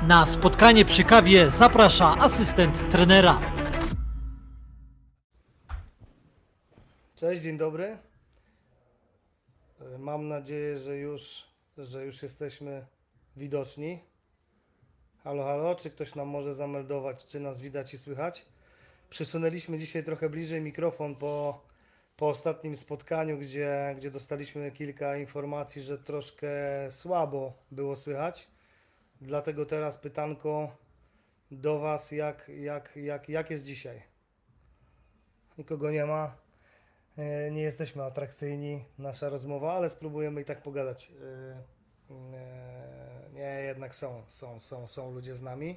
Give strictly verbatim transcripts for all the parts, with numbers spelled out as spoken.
Na spotkanie przy kawie zaprasza asystent trenera. Cześć, dzień dobry. Mam nadzieję, że już, że już jesteśmy widoczni. Halo, halo, czy ktoś nam może zameldować, czy nas widać i słychać? Przysunęliśmy dzisiaj trochę bliżej mikrofon po, po ostatnim spotkaniu, gdzie, gdzie dostaliśmy kilka informacji, że troszkę słabo było słychać. Dlatego teraz pytanko do Was, jak, jak, jak, jak jest dzisiaj? Nikogo nie ma. Nie jesteśmy atrakcyjni, nasza rozmowa, ale spróbujemy i tak pogadać. Nie, jednak są, są, są, są ludzie z nami.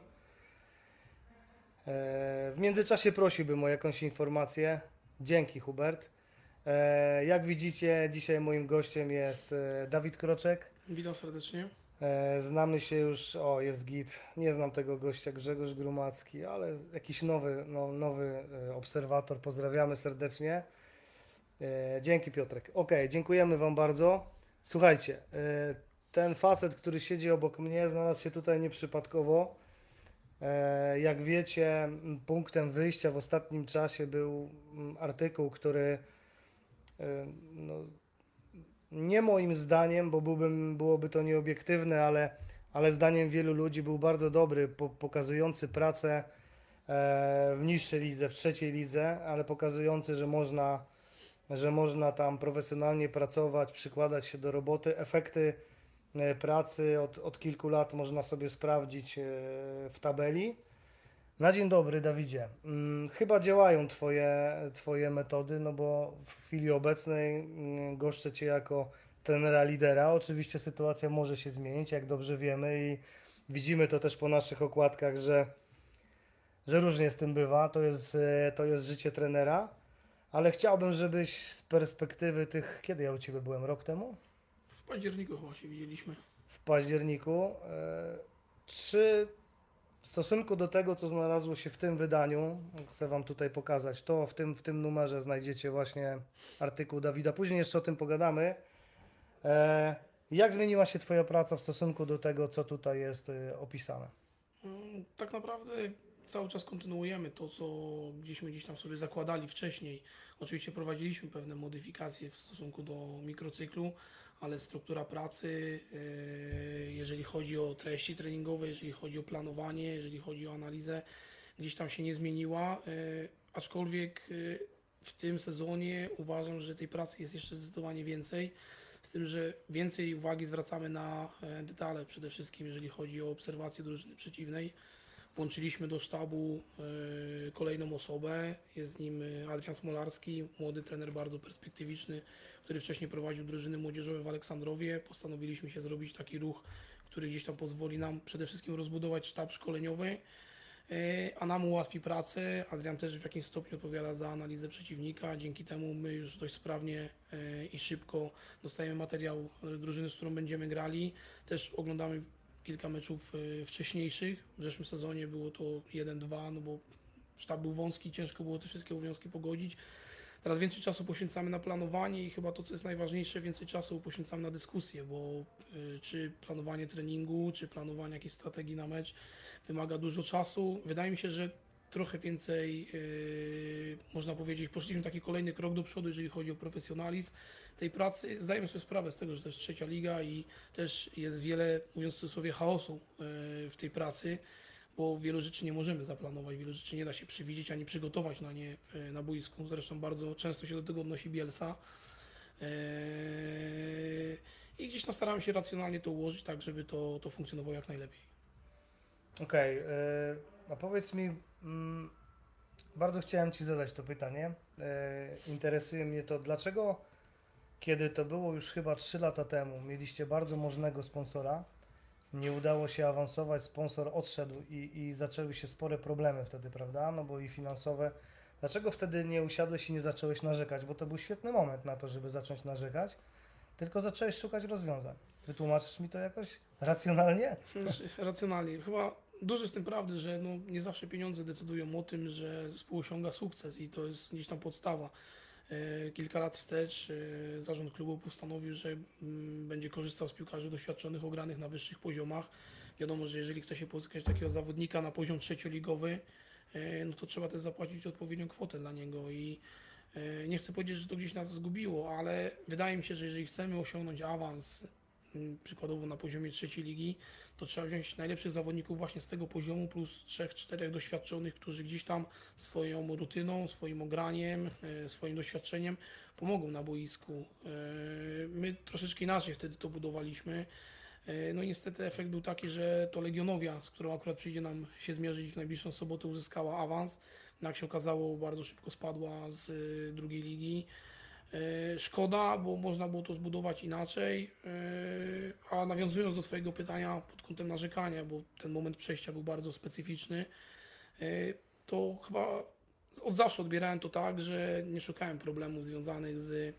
W międzyczasie prosiłbym o jakąś informację. Dzięki, Hubert. Jak widzicie, dzisiaj moim gościem jest Dawid Kroczek. Witam serdecznie. Znamy się już, o jest git, nie znam tego gościa, Grzegorz Grumacki, ale jakiś nowy, no, nowy obserwator, pozdrawiamy serdecznie. Dzięki, Piotrek. Ok, dziękujemy Wam bardzo. Słuchajcie, ten facet, który siedzi obok mnie, znalazł się tutaj nieprzypadkowo. Jak wiecie, punktem wyjścia w ostatnim czasie był artykuł, który no, nie moim zdaniem, bo byłbym, byłoby to nieobiektywne, ale, ale zdaniem wielu ludzi był bardzo dobry, po, pokazujący pracę w niższej lidze, w trzeciej lidze, ale pokazujący, że można że można tam profesjonalnie pracować, przykładać się do roboty. Efekty pracy od, od kilku lat można sobie sprawdzić w tabeli. Na dzień dobry, Dawidzie. Chyba działają twoje, twoje metody, no bo w chwili obecnej goszczę Cię jako trenera lidera. Oczywiście sytuacja może się zmienić, jak dobrze wiemy i widzimy to też po naszych okładkach, że, że różnie z tym bywa. To jest, to jest życie trenera. Ale chciałbym, żebyś z perspektywy tych... Kiedy ja u Ciebie byłem? Rok temu? W październiku chyba się widzieliśmy. W październiku. Czy w stosunku do tego, co znalazło się w tym wydaniu, chcę Wam tutaj pokazać, to w tym, w tym numerze znajdziecie właśnie artykuł Dawida. Później jeszcze o tym pogadamy. Jak zmieniła się Twoja praca w stosunku do tego, co tutaj jest opisane? Tak naprawdę cały czas kontynuujemy to, co gdzieśmy gdzieś tam sobie zakładali wcześniej. Oczywiście prowadziliśmy pewne modyfikacje w stosunku do mikrocyklu, ale struktura pracy, jeżeli chodzi o treści treningowe, jeżeli chodzi o planowanie, jeżeli chodzi o analizę, gdzieś tam się nie zmieniła, aczkolwiek w tym sezonie uważam, że tej pracy jest jeszcze zdecydowanie więcej, z tym, że więcej uwagi zwracamy na detale, przede wszystkim jeżeli chodzi o obserwację drużyny przeciwnej. Włączyliśmy do sztabu y, kolejną osobę, jest z nim Adrian Smolarski, młody trener bardzo perspektywiczny, który wcześniej prowadził drużyny młodzieżowe w Aleksandrowie. Postanowiliśmy się zrobić taki ruch, który gdzieś tam pozwoli nam przede wszystkim rozbudować sztab szkoleniowy, y, a nam ułatwi pracę. Adrian też w jakimś stopniu odpowiada za analizę przeciwnika, dzięki temu my już dość sprawnie y, i szybko dostajemy materiał drużyny, z którą będziemy grali. Też oglądamy kilka meczów wcześniejszych. W zeszłym sezonie było to jeden dwa, no bo sztab był wąski, ciężko było te wszystkie obowiązki pogodzić. Teraz więcej czasu poświęcamy na planowanie i chyba to, co jest najważniejsze, więcej czasu poświęcamy na dyskusję, bo y, czy planowanie treningu, czy planowanie jakiejś strategii na mecz wymaga dużo czasu. Wydaje mi się, że trochę więcej, yy, można powiedzieć, poszliśmy taki kolejny krok do przodu, jeżeli chodzi o profesjonalizm tej pracy. Zdajemy sobie sprawę z tego, że to jest trzecia liga i też jest wiele, mówiąc w cudzysłowie, chaosu yy, w tej pracy, bo wielu rzeczy nie możemy zaplanować, wielu rzeczy nie da się przewidzieć ani przygotować na nie yy, na boisku. Zresztą bardzo często się do tego odnosi Bielsa. Yy, I gdzieś no, staramy się racjonalnie to ułożyć tak, żeby to, to funkcjonowało jak najlepiej. Okej, okay, yy, a powiedz mi, mm, bardzo chciałem Ci zadać to pytanie. Yy, interesuje mnie to, dlaczego, kiedy to było już chyba trzy lata temu, mieliście bardzo możnego sponsora, nie udało się awansować, sponsor odszedł i, i zaczęły się spore problemy wtedy, prawda? No bo i finansowe. Dlaczego wtedy nie usiadłeś i nie zacząłeś narzekać? Bo to był świetny moment na to, żeby zacząć narzekać, tylko zacząłeś szukać rozwiązań. Wytłumaczysz mi to jakoś racjonalnie? Racjonalnie. Chyba dużo jest w tym prawdy, że no, nie zawsze pieniądze decydują o tym, że zespół osiąga sukces i to jest gdzieś tam podstawa. E, Kilka lat wstecz e, zarząd klubu postanowił, że mm, będzie korzystał z piłkarzy doświadczonych, ogranych na wyższych poziomach. Wiadomo, że jeżeli chce się pozyskać takiego zawodnika na poziom trzecioligowy, e, no to trzeba też zapłacić odpowiednią kwotę dla niego i e, nie chcę powiedzieć, że to gdzieś nas zgubiło, ale wydaje mi się, że jeżeli chcemy osiągnąć awans, m, przykładowo na poziomie trzeciej ligi, to trzeba wziąć najlepszych zawodników właśnie z tego poziomu plus trzech, czterech doświadczonych, którzy gdzieś tam swoją rutyną, swoim ograniem, e, swoim doświadczeniem pomogą na boisku. E, My troszeczkę inaczej wtedy to budowaliśmy. E, No i niestety efekt był taki, że to Legionowia, z którą akurat przyjdzie nam się zmierzyć w najbliższą sobotę, uzyskała awans. No jak się okazało, bardzo szybko spadła z e, drugiej ligi. E, Szkoda, bo można było to zbudować inaczej. E, A nawiązując do Twojego pytania pod kątem narzekania, bo ten moment przejścia był bardzo specyficzny, e, to chyba od zawsze odbierałem to tak, że nie szukałem problemów związanych z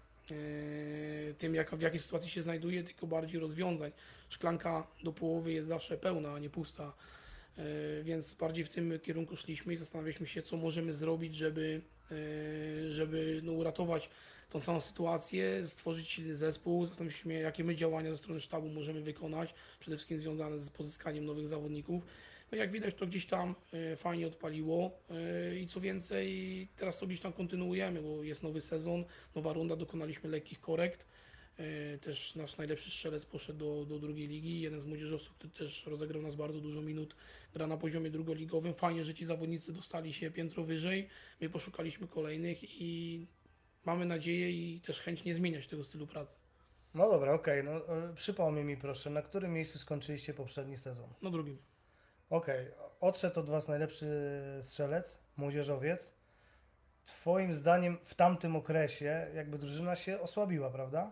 e, tym, jak, w jakiej sytuacji się znajduję, tylko bardziej rozwiązań. Szklanka do połowy jest zawsze pełna, a nie pusta. E, Więc bardziej w tym kierunku szliśmy i zastanawialiśmy się, co możemy zrobić, żeby, e, żeby no, uratować tą całą sytuację, stworzyć silny zespół. Zastanowiliśmy się, jakie my działania ze strony sztabu możemy wykonać, przede wszystkim związane z pozyskaniem nowych zawodników. No jak widać, to gdzieś tam e, fajnie odpaliło e, i co więcej, teraz to gdzieś tam kontynuujemy, bo jest nowy sezon, nowa runda, dokonaliśmy lekkich korekt. E, Też nasz najlepszy strzelec poszedł do, do drugiej ligi, jeden z młodzieżowców, który też rozegrał nas bardzo dużo minut, gra na poziomie drugoligowym. Fajnie, że ci zawodnicy dostali się piętro wyżej, my poszukaliśmy kolejnych i mamy nadzieję i też chęć nie zmieniać tego stylu pracy. No dobra, okej, no e, przypomnij mi proszę, na którym miejscu skończyliście poprzedni sezon? No drugim. Okej, odszedł od Was najlepszy strzelec, młodzieżowiec. Twoim zdaniem w tamtym okresie jakby drużyna się osłabiła, prawda?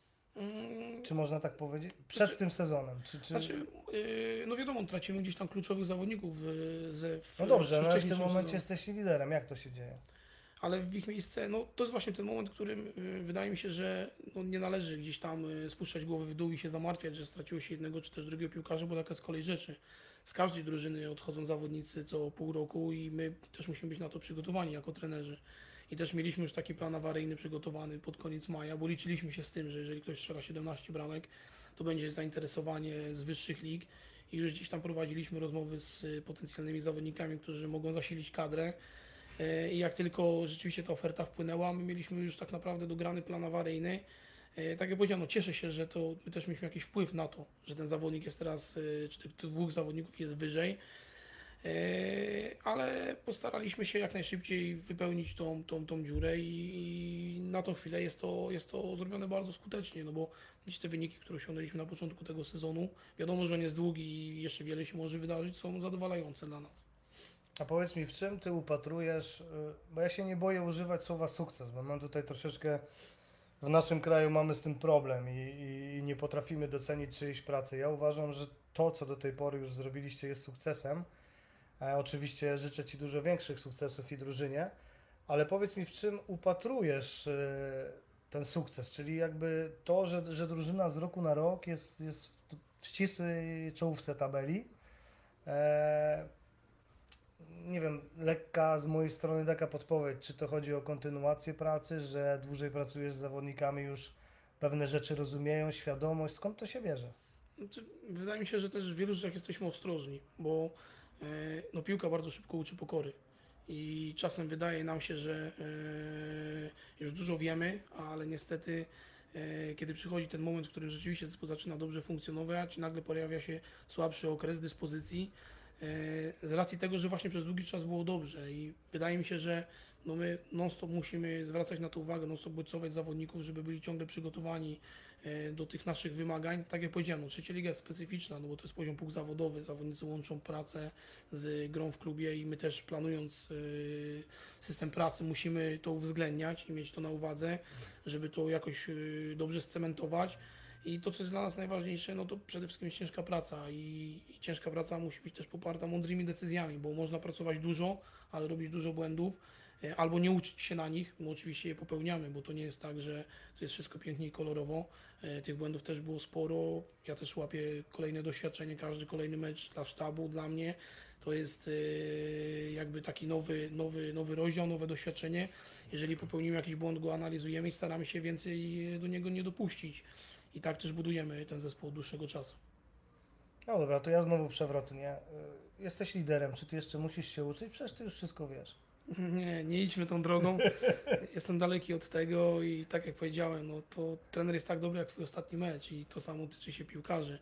Mm, Czy można tak powiedzieć? Przed tym sezonem. Czy, czy... Znaczy, yy, no wiadomo, tracimy gdzieś tam kluczowych zawodników w, ze, w, No dobrze, przy no ale w tym wcześniejszym momencie sezonie. jesteście liderem. Jak to się dzieje? Ale w ich miejsce, no to jest właśnie ten moment, w którym y, wydaje mi się, że no, nie należy gdzieś tam y, spuszczać głowy w dół i się zamartwiać, że straciło się jednego czy też drugiego piłkarza, bo taka jest kolej rzeczy. Z każdej drużyny odchodzą zawodnicy co pół roku i my też musimy być na to przygotowani jako trenerzy. I też mieliśmy już taki plan awaryjny przygotowany pod koniec maja, bo liczyliśmy się z tym, że jeżeli ktoś strzela siedemnaście bramek, to będzie zainteresowanie z wyższych lig i już gdzieś tam prowadziliśmy rozmowy z y, potencjalnymi zawodnikami, którzy mogą zasilić kadrę. E, I jak tylko rzeczywiście ta oferta wpłynęła, my mieliśmy już tak naprawdę dograny plan awaryjny. E, Tak jak powiedziałem, no cieszę się, że to my też mieliśmy jakiś wpływ na to, że ten zawodnik jest teraz, e, czy tych tych dwóch zawodników jest wyżej. E, Ale postaraliśmy się jak najszybciej wypełnić tą, tą, tą dziurę i, i na tą chwilę jest to, jest to zrobione bardzo skutecznie, no bo dziś te wyniki, które osiągnęliśmy na początku tego sezonu, wiadomo, że on jest długi i jeszcze wiele się może wydarzyć, są zadowalające dla nas. A powiedz mi, w czym Ty upatrujesz, y, bo ja się nie boję używać słowa sukces, bo mam tutaj troszeczkę, w naszym kraju mamy z tym problem i, i, i nie potrafimy docenić czyjejś pracy. Ja uważam, że to, co do tej pory już zrobiliście, jest sukcesem. E, oczywiście życzę Ci dużo większych sukcesów i drużynie, ale powiedz mi, w czym upatrujesz y, ten sukces, czyli jakby to, że, że drużyna z roku na rok jest, jest w ścisłej czołówce tabeli. E, Nie wiem, lekka z mojej strony taka podpowiedź, czy to chodzi o kontynuację pracy, że dłużej pracujesz z zawodnikami, już pewne rzeczy rozumieją, świadomość, skąd to się bierze? Znaczy, wydaje mi się, że też w wielu rzeczach jesteśmy ostrożni, bo e, no, piłka bardzo szybko uczy pokory i czasem wydaje nam się, że e, już dużo wiemy, ale niestety e, kiedy przychodzi ten moment, w którym rzeczywiście zespół zaczyna dobrze funkcjonować, nagle pojawia się słabszy okres dyspozycji e, z racji tego, że właśnie przez długi czas było dobrze i wydaje mi się, że no my non-stop musimy zwracać na to uwagę, non-stop bodźcować zawodników, żeby byli ciągle przygotowani e, do tych naszych wymagań. Tak jak powiedziałem, no, trzecia liga jest specyficzna, no bo to jest poziom półzawodowy, zawodnicy łączą pracę z grą w klubie i my też planując e, system pracy musimy to uwzględniać i mieć to na uwadze, żeby to jakoś e, dobrze scementować. I to, co jest dla nas najważniejsze, no to przede wszystkim jest ciężka praca i, i ciężka praca musi być też poparta mądrymi decyzjami, bo można pracować dużo, ale robić dużo błędów. e, albo nie uczyć się na nich. My oczywiście je popełniamy, bo to nie jest tak, że to jest wszystko pięknie i kolorowo. E, Tych błędów też było sporo. Ja też łapię kolejne doświadczenie, każdy kolejny mecz dla sztabu, dla mnie. To jest e, jakby taki nowy, nowy, nowy rozdział, nowe doświadczenie. Jeżeli popełnimy jakiś błąd, go analizujemy i staramy się więcej do niego nie dopuścić. I tak też budujemy ten zespół od dłuższego czasu. No dobra, to ja znowu przewrotnie. Y, Jesteś liderem, czy ty jeszcze musisz się uczyć? Przecież ty już wszystko wiesz. Nie, nie idźmy tą drogą. Jestem daleki od tego i tak jak powiedziałem, no to trener jest tak dobry jak twój ostatni mecz i to samo tyczy się piłkarzy.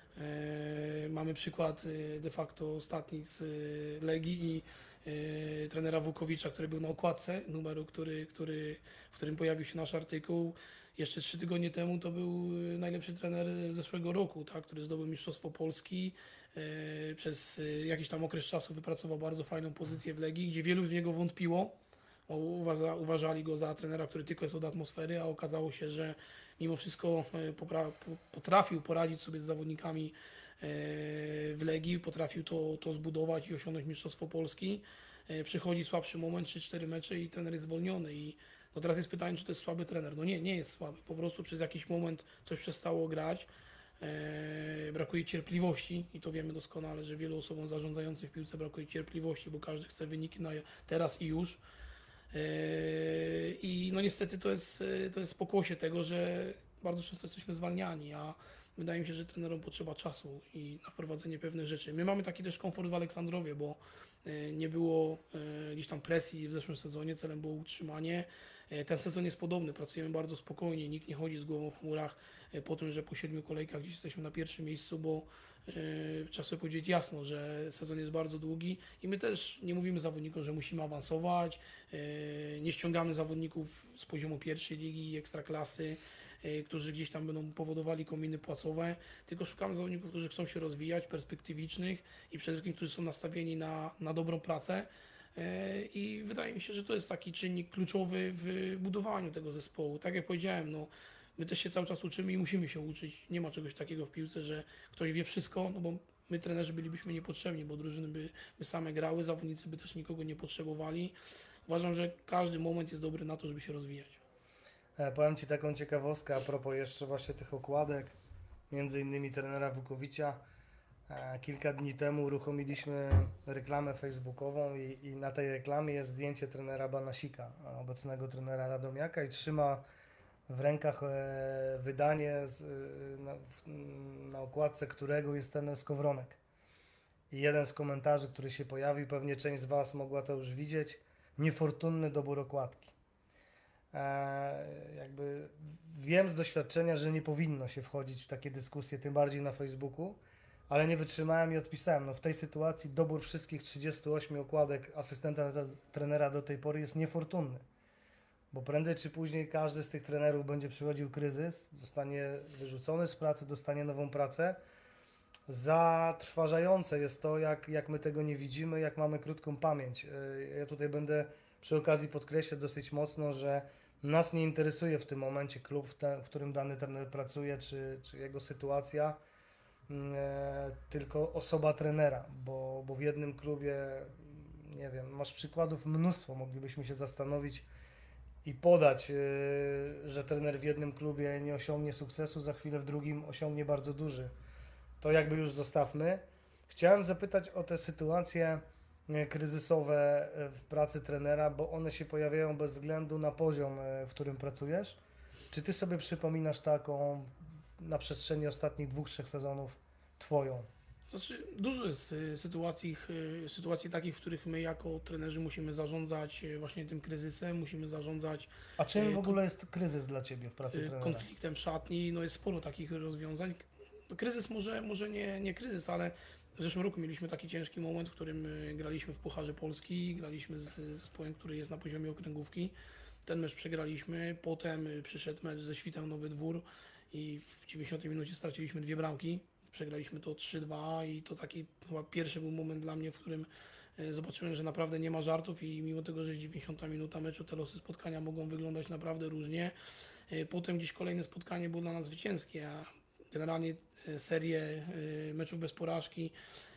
E, mamy przykład e, de facto ostatni z e, Legii i e, trenera Wukowicza, który był na okładce numeru, który, który, w którym pojawił się nasz artykuł. Jeszcze trzy tygodnie temu to był e, najlepszy trener zeszłego roku, tak, który zdobył Mistrzostwo Polski. E, Przez e, jakiś tam okres czasu wypracował bardzo fajną pozycję w Legii, gdzie wielu z niego wątpiło. bo Uważa, uważali go za trenera, który tylko jest od atmosfery, a okazało się, że mimo wszystko e, popra- po- potrafił poradzić sobie z zawodnikami e, w Legii, potrafił to, to zbudować i osiągnąć Mistrzostwo Polski. E, Przychodzi słabszy moment, trzy cztery mecze i trener jest zwolniony. I no teraz jest pytanie, czy to jest słaby trener. No nie, nie jest słaby. Po prostu przez jakiś moment coś przestało grać. E, brakuje cierpliwości i to wiemy doskonale, że wielu osobom zarządzającym w piłce brakuje cierpliwości, bo każdy chce wyniki na teraz i już. E, I no niestety to jest, to jest pokłosie tego, że bardzo często jesteśmy zwalniani, a wydaje mi się, że trenerom potrzeba czasu i na wprowadzenie pewnych rzeczy. My mamy taki też komfort w Aleksandrowie, bo e, nie było e, gdzieś tam presji w zeszłym sezonie, celem było utrzymanie. E, Ten sezon jest podobny, pracujemy bardzo spokojnie, nikt nie chodzi z głową w chmurach e, po tym, że po siedmiu kolejkach gdzieś jesteśmy na pierwszym miejscu, bo e, trzeba sobie powiedzieć jasno, że sezon jest bardzo długi i my też nie mówimy zawodnikom, że musimy awansować, e, nie ściągamy zawodników z poziomu pierwszej ligi, ekstraklasy, e, którzy gdzieś tam będą powodowali kominy płacowe, tylko szukamy zawodników, którzy chcą się rozwijać, perspektywicznych i przede wszystkim, którzy są nastawieni na, na dobrą pracę. I wydaje mi się, że to jest taki czynnik kluczowy w budowaniu tego zespołu. Tak jak powiedziałem, no, my też się cały czas uczymy i musimy się uczyć. Nie ma czegoś takiego w piłce, że ktoś wie wszystko, no bo my trenerzy bylibyśmy niepotrzebni, bo drużyny by, by same grały, zawodnicy by też nikogo nie potrzebowali. Uważam, że każdy moment jest dobry na to, żeby się rozwijać. E, Powiem Ci taką ciekawostkę a propos jeszcze właśnie tych okładek, między innymi trenera Wukowicza. E, Kilka dni temu uruchomiliśmy reklamę facebookową i, i na tej reklamie jest zdjęcie trenera Banasika, obecnego trenera Radomiaka i trzyma w rękach e, wydanie z, e, na, w- na okładce którego jest trener Skowronek. I jeden z komentarzy, który się pojawił, pewnie część z Was mogła to już widzieć, niefortunny dobór okładki. E, jakby wiem z doświadczenia, że nie powinno się wchodzić w takie dyskusje, tym bardziej na Facebooku, ale nie wytrzymałem i odpisałem. No w tej sytuacji dobór wszystkich trzydziestu ośmiu okładek asystenta te- trenera do tej pory jest niefortunny, bo prędzej czy później każdy z tych trenerów będzie przychodził kryzys, zostanie wyrzucony z pracy, dostanie nową pracę. Zatrważające jest to, jak, jak my tego nie widzimy, jak mamy krótką pamięć. Yy, Ja tutaj będę przy okazji podkreślać dosyć mocno, że nas nie interesuje w tym momencie klub, w, te, w którym dany trener pracuje, czy, czy jego sytuacja, yy, tylko osoba trenera, bo, bo w jednym klubie, nie wiem, masz przykładów mnóstwo, moglibyśmy się zastanowić i podać, yy, że trener w jednym klubie nie osiągnie sukcesu, za chwilę w drugim osiągnie bardzo duży. To jakby już zostawmy. Chciałem zapytać o te sytuacje e, kryzysowe e, w pracy trenera, bo one się pojawiają bez względu na poziom, e, w którym pracujesz. Czy ty sobie przypominasz taką na przestrzeni ostatnich dwóch, trzech sezonów twoją? Znaczy, dużo jest y, sytuacji, y, sytuacji takich, w których my jako trenerzy musimy zarządzać y, właśnie tym kryzysem, musimy zarządzać A czym E, w ogóle jest kryzys dla ciebie w pracy y, trenera? konfliktem w szatni. No jest sporo takich rozwiązań. No, kryzys może, może nie, nie kryzys, ale w zeszłym roku mieliśmy taki ciężki moment, w którym y, graliśmy w Pucharze Polski, graliśmy z zespołem, który jest na poziomie okręgówki. Ten mecz przegraliśmy, potem y, przyszedł mecz ze Świtem Nowy Dwór i w dziewięćdziesiątej minucie straciliśmy dwie bramki. Przegraliśmy to trzy dwa i to taki chyba pierwszy był moment dla mnie, w którym e, zobaczyłem, że naprawdę nie ma żartów i mimo tego, że jest dziewięćdziesiąta minuta meczu, te losy spotkania mogą wyglądać naprawdę różnie. E, Potem gdzieś kolejne spotkanie było dla nas zwycięskie, a generalnie e, serię e, meczów bez porażki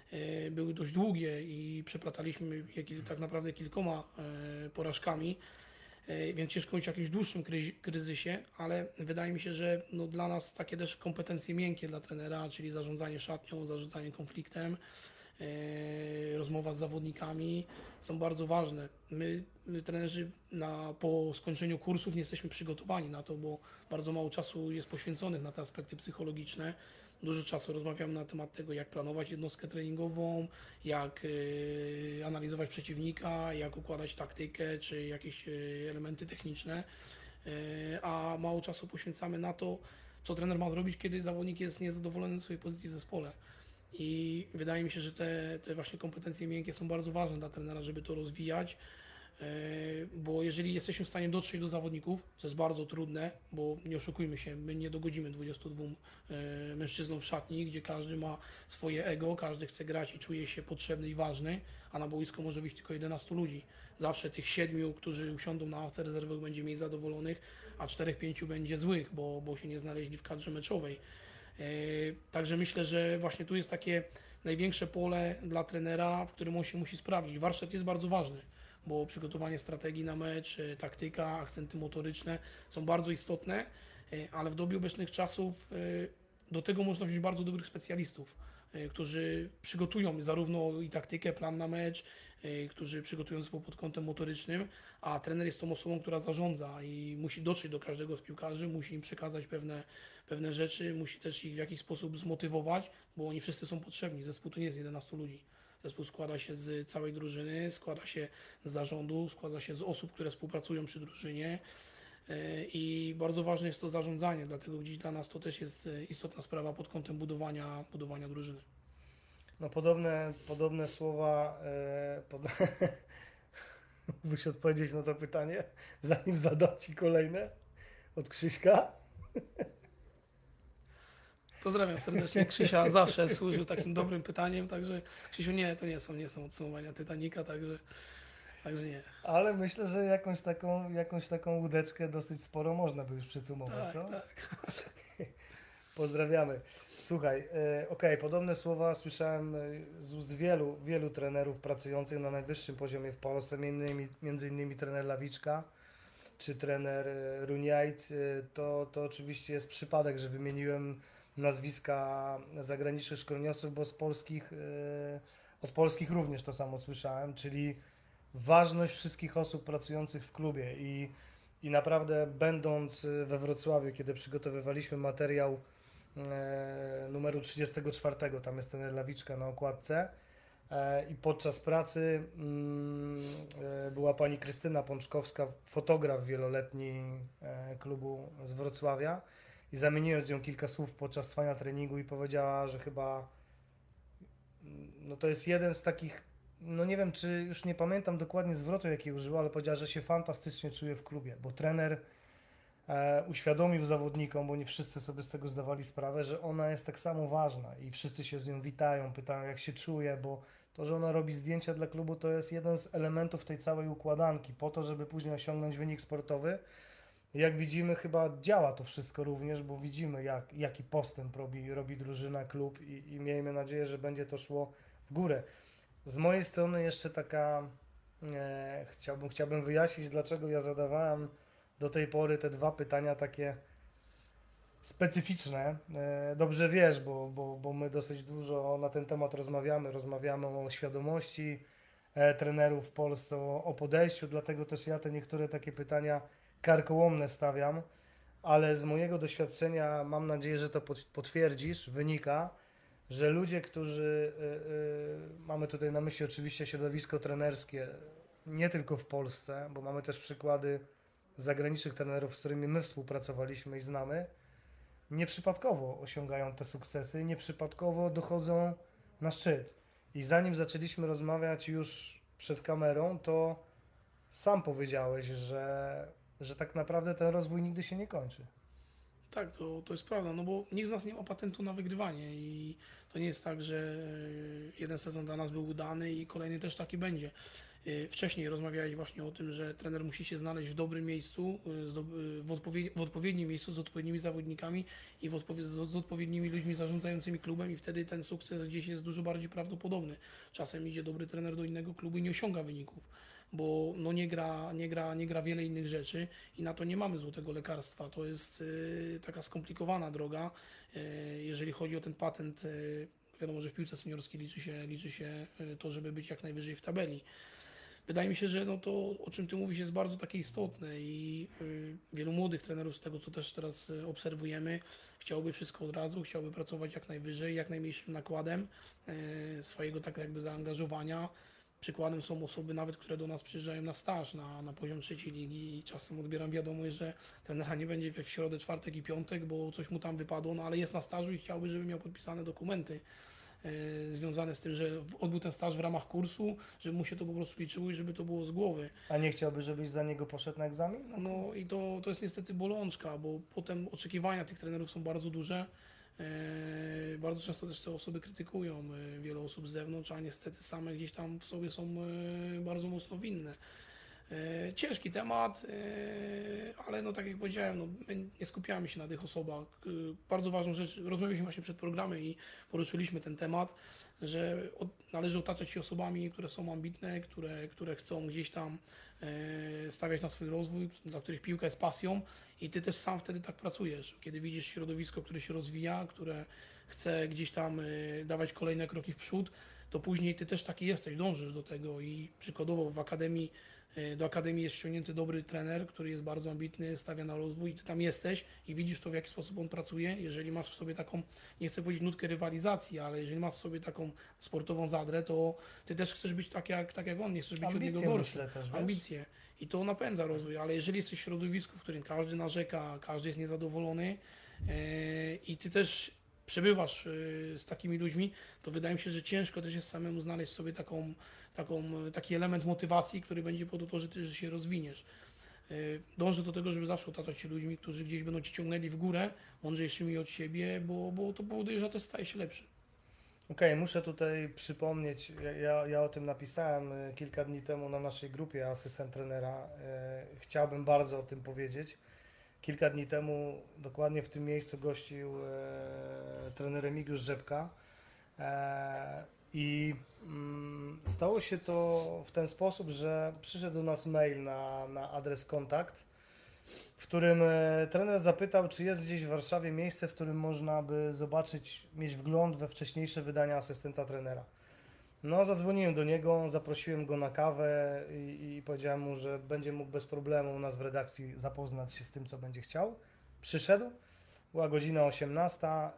e, były dość długie i przeplataliśmy je kil- tak naprawdę kilkoma e, porażkami, e, więc ciężko mówić o jakimś dłuższym kryzy- kryzysie, ale wydaje mi się, że no, dla nas takie też kompetencje miękkie dla trenera, czyli zarządzanie szatnią, zarządzanie konfliktem, e, rozmowa z zawodnikami są bardzo ważne. My, my trenerzy na, po skończeniu kursów nie jesteśmy przygotowani na to, bo bardzo mało czasu jest poświęconych na te aspekty psychologiczne. Dużo czasu rozmawiamy na temat tego, jak planować jednostkę treningową, jak y, analizować przeciwnika, jak układać taktykę czy jakieś y, elementy techniczne, y, a mało czasu poświęcamy na to, co trener ma zrobić, kiedy zawodnik jest niezadowolony ze swojej pozycji w zespole. I wydaje mi się, że te, te właśnie kompetencje miękkie są bardzo ważne dla trenera, żeby to rozwijać, e, bo jeżeli jesteśmy w stanie dotrzeć do zawodników, co jest bardzo trudne, bo nie oszukujmy się, my nie dogodzimy dwudziestu dwóm e, mężczyznom w szatni, gdzie każdy ma swoje ego, każdy chce grać i czuje się potrzebny i ważny, a na boisko może wyjść tylko jedenastu ludzi. Zawsze tych siedmiu, którzy usiądą na ławce rezerwowych, będzie mniej zadowolonych, a czterech, pięciu będzie złych, bo, bo się nie znaleźli w kadrze meczowej. Także myślę, że właśnie tu jest takie największe pole dla trenera, w którym on się musi sprawdzić. Warsztat jest bardzo ważny, bo przygotowanie strategii na mecz, taktyka, akcenty motoryczne są bardzo istotne, ale w dobie obecnych czasów do tego można wziąć bardzo dobrych specjalistów, którzy przygotują zarówno i taktykę, plan na mecz, którzy przygotują zespół pod kątem motorycznym, a trener jest tą osobą, która zarządza i musi dotrzeć do każdego z piłkarzy, musi im przekazać pewne, pewne rzeczy, musi też ich w jakiś sposób zmotywować, bo oni wszyscy są potrzebni. Zespół to nie jest jedenastu ludzi. Zespół składa się z całej drużyny, składa się z zarządu, składa się z osób, które współpracują przy drużynie i bardzo ważne jest to zarządzanie, dlatego gdzieś dla nas to też jest istotna sprawa pod kątem budowania, budowania drużyny. No podobne, podobne słowa, e, pod... mógłbyś odpowiedzieć na to pytanie, zanim zadam Ci kolejne od Krzyśka. Pozdrawiam serdecznie. Krzysia zawsze służył takim dobrym pytaniem, także Krzysiu, nie, to nie są, nie są podsumowania Titanica, także, także nie. Ale myślę, że jakąś taką, jakąś taką łódeczkę dosyć sporo można by już przycumować, Tak, co? tak. Pozdrawiamy. Słuchaj, e, okej, podobne słowa słyszałem e, z ust wielu, wielu trenerów pracujących na najwyższym poziomie w Polsce, między innymi, między innymi trener Lawiczka czy trener e, Runiajc. E, to, to oczywiście jest przypadek, że wymieniłem nazwiska zagranicznych szkoleniowców, bo z polskich, e, od polskich również to samo słyszałem, czyli ważność wszystkich osób pracujących w klubie i, i naprawdę będąc we Wrocławiu, kiedy przygotowywaliśmy materiał e, numeru trzydziestego czwartego, tam jest ten Lawiczka na okładce e, i podczas pracy mm, e, była pani Krystyna Pączkowska, fotograf wieloletni e, klubu z Wrocławia i zamieniłem z nią kilka słów podczas trwania treningu i powiedziała, że chyba no to jest jeden z takich, no nie wiem, czy już nie pamiętam dokładnie zwrotu, jaki użyła, ale powiedziała, że się fantastycznie czuje w klubie, bo trener e, uświadomił zawodnikom, bo nie wszyscy sobie z tego zdawali sprawę, że ona jest tak samo ważna i wszyscy się z nią witają, pytają, jak się czuje, bo to, że ona robi zdjęcia dla klubu, to jest jeden z elementów tej całej układanki, po to, żeby później osiągnąć wynik sportowy. Jak widzimy, chyba działa to wszystko również, bo widzimy, jak, jaki postęp robi, robi drużyna, klub i, i miejmy nadzieję, że będzie to szło w górę. Z mojej strony jeszcze taka, e, chciałbym, chciałbym wyjaśnić, dlaczego ja zadawałem do tej pory te dwa pytania takie specyficzne. E, dobrze wiesz, bo, bo, bo my dosyć dużo na ten temat rozmawiamy, rozmawiamy o świadomości e, trenerów w Polsce, o, o podejściu, dlatego też ja te niektóre takie pytania karkołomne stawiam, ale z mojego doświadczenia, mam nadzieję, że to potwierdzisz, wynika, że ludzie, którzy, yy, yy, mamy tutaj na myśli oczywiście środowisko trenerskie, nie tylko w Polsce, bo mamy też przykłady zagranicznych trenerów, z którymi my współpracowaliśmy i znamy, nieprzypadkowo osiągają te sukcesy, nieprzypadkowo dochodzą na szczyt. I zanim zaczęliśmy rozmawiać już przed kamerą, to sam powiedziałeś, że, że tak naprawdę ten rozwój nigdy się nie kończy. Tak, to, to jest prawda, no bo nikt z nas nie ma patentu na wygrywanie i to nie jest tak, że jeden sezon dla nas był udany i kolejny też taki będzie. Y, Wcześniej rozmawiałeś właśnie o tym, że trener musi się znaleźć w dobrym miejscu, y, z dob- y, w, odpowie- w odpowiednim miejscu z odpowiednimi zawodnikami i w odpowie- z z odpowiednimi ludźmi zarządzającymi klubem i wtedy ten sukces gdzieś jest dużo bardziej prawdopodobny. Czasem idzie dobry trener do innego klubu i nie osiąga wyników, bo no nie, gra, nie, gra, nie gra wiele innych rzeczy i na to nie mamy złotego lekarstwa. To jest y, taka skomplikowana droga, y, jeżeli chodzi o ten patent. Y, wiadomo, że w piłce seniorskiej liczy się, liczy się y, to, żeby być jak najwyżej w tabeli. Wydaje mi się, że no to, o czym Ty mówisz, jest bardzo takie istotne i y, wielu młodych trenerów, z tego co też teraz y, obserwujemy, chciałoby wszystko od razu, chciałoby pracować jak najwyżej, jak najmniejszym nakładem y, swojego tak jakby zaangażowania. Przykładem są osoby nawet, które do nas przyjeżdżają na staż na, na poziom trzeciej ligi i czasem odbieram wiadomość, że trenera nie będzie w środę, czwartek i piątek, bo coś mu tam wypadło, no ale jest na stażu i chciałby, żeby miał podpisane dokumenty e, związane z tym, że w- odbył ten staż w ramach kursu, żeby mu się to po prostu liczyło i żeby to było z głowy. A nie chciałby, żebyś za niego poszedł na egzamin? No i to, to jest niestety bolączka, bo potem oczekiwania tych trenerów są bardzo duże. E, Bardzo często też te osoby krytykują e, wiele osób z zewnątrz, a niestety same gdzieś tam w sobie są e, bardzo mocno winne. E, Ciężki temat, e, ale no tak jak powiedziałem, no, my nie skupiamy się na tych osobach. E, Bardzo ważną rzecz, rozmawialiśmy właśnie przed programem i poruszyliśmy ten temat, że od, należy otaczać się osobami, które są ambitne, które, które chcą gdzieś tam e, stawiać na swój rozwój, dla których piłka jest pasją i Ty też sam wtedy tak pracujesz. Kiedy widzisz środowisko, które się rozwija, które chce gdzieś tam e, dawać kolejne kroki w przód, to później Ty też taki jesteś, dążysz do tego i przykładowo w akademii, e, do akademii jest ściągnięty dobry trener, który jest bardzo ambitny, stawia na rozwój i Ty tam jesteś i widzisz to, w jaki sposób on pracuje. Jeżeli masz w sobie taką, nie chcę powiedzieć nutkę rywalizacji, ale jeżeli masz w sobie taką sportową zadrę, to Ty też chcesz być tak jak, tak jak on, nie chcesz być od niego Ambicje gorszy. myślę też, wiesz? Ambicje. I to napędza rozwój, ale jeżeli jesteś w środowisku, w którym każdy narzeka, każdy jest niezadowolony e, i Ty też przebywasz e, z takimi ludźmi, to wydaje mi się, że ciężko też jest samemu znaleźć sobie taką, taką, taki element motywacji, który będzie po to, to że Ty że się rozwiniesz. E, Dążę do tego, żeby zawsze otaczać się ludźmi, którzy gdzieś będą Ci ciągnęli w górę, mądrzejszymi od siebie, bo, bo to powoduje, że też staje się lepszy. Okej, muszę tutaj przypomnieć, ja- ja, ja o tym napisałem e, kilka dni temu na naszej grupie asystent trenera. E, chciałbym bardzo o tym powiedzieć. Kilka dni temu dokładnie w tym miejscu gościł e, trener Remigiusz Rzepka e, i mm, stało się to w ten sposób, że przyszedł do nas mail na, na adres kontakt, w którym e, trener zapytał, czy jest gdzieś w Warszawie miejsce, w którym można by zobaczyć, mieć wgląd we wcześniejsze wydania asystenta trenera. No, zadzwoniłem do niego, zaprosiłem go na kawę i, i powiedziałem mu, że będzie mógł bez problemu u nas w redakcji zapoznać się z tym, co będzie chciał. Przyszedł, była godzina osiemnasta.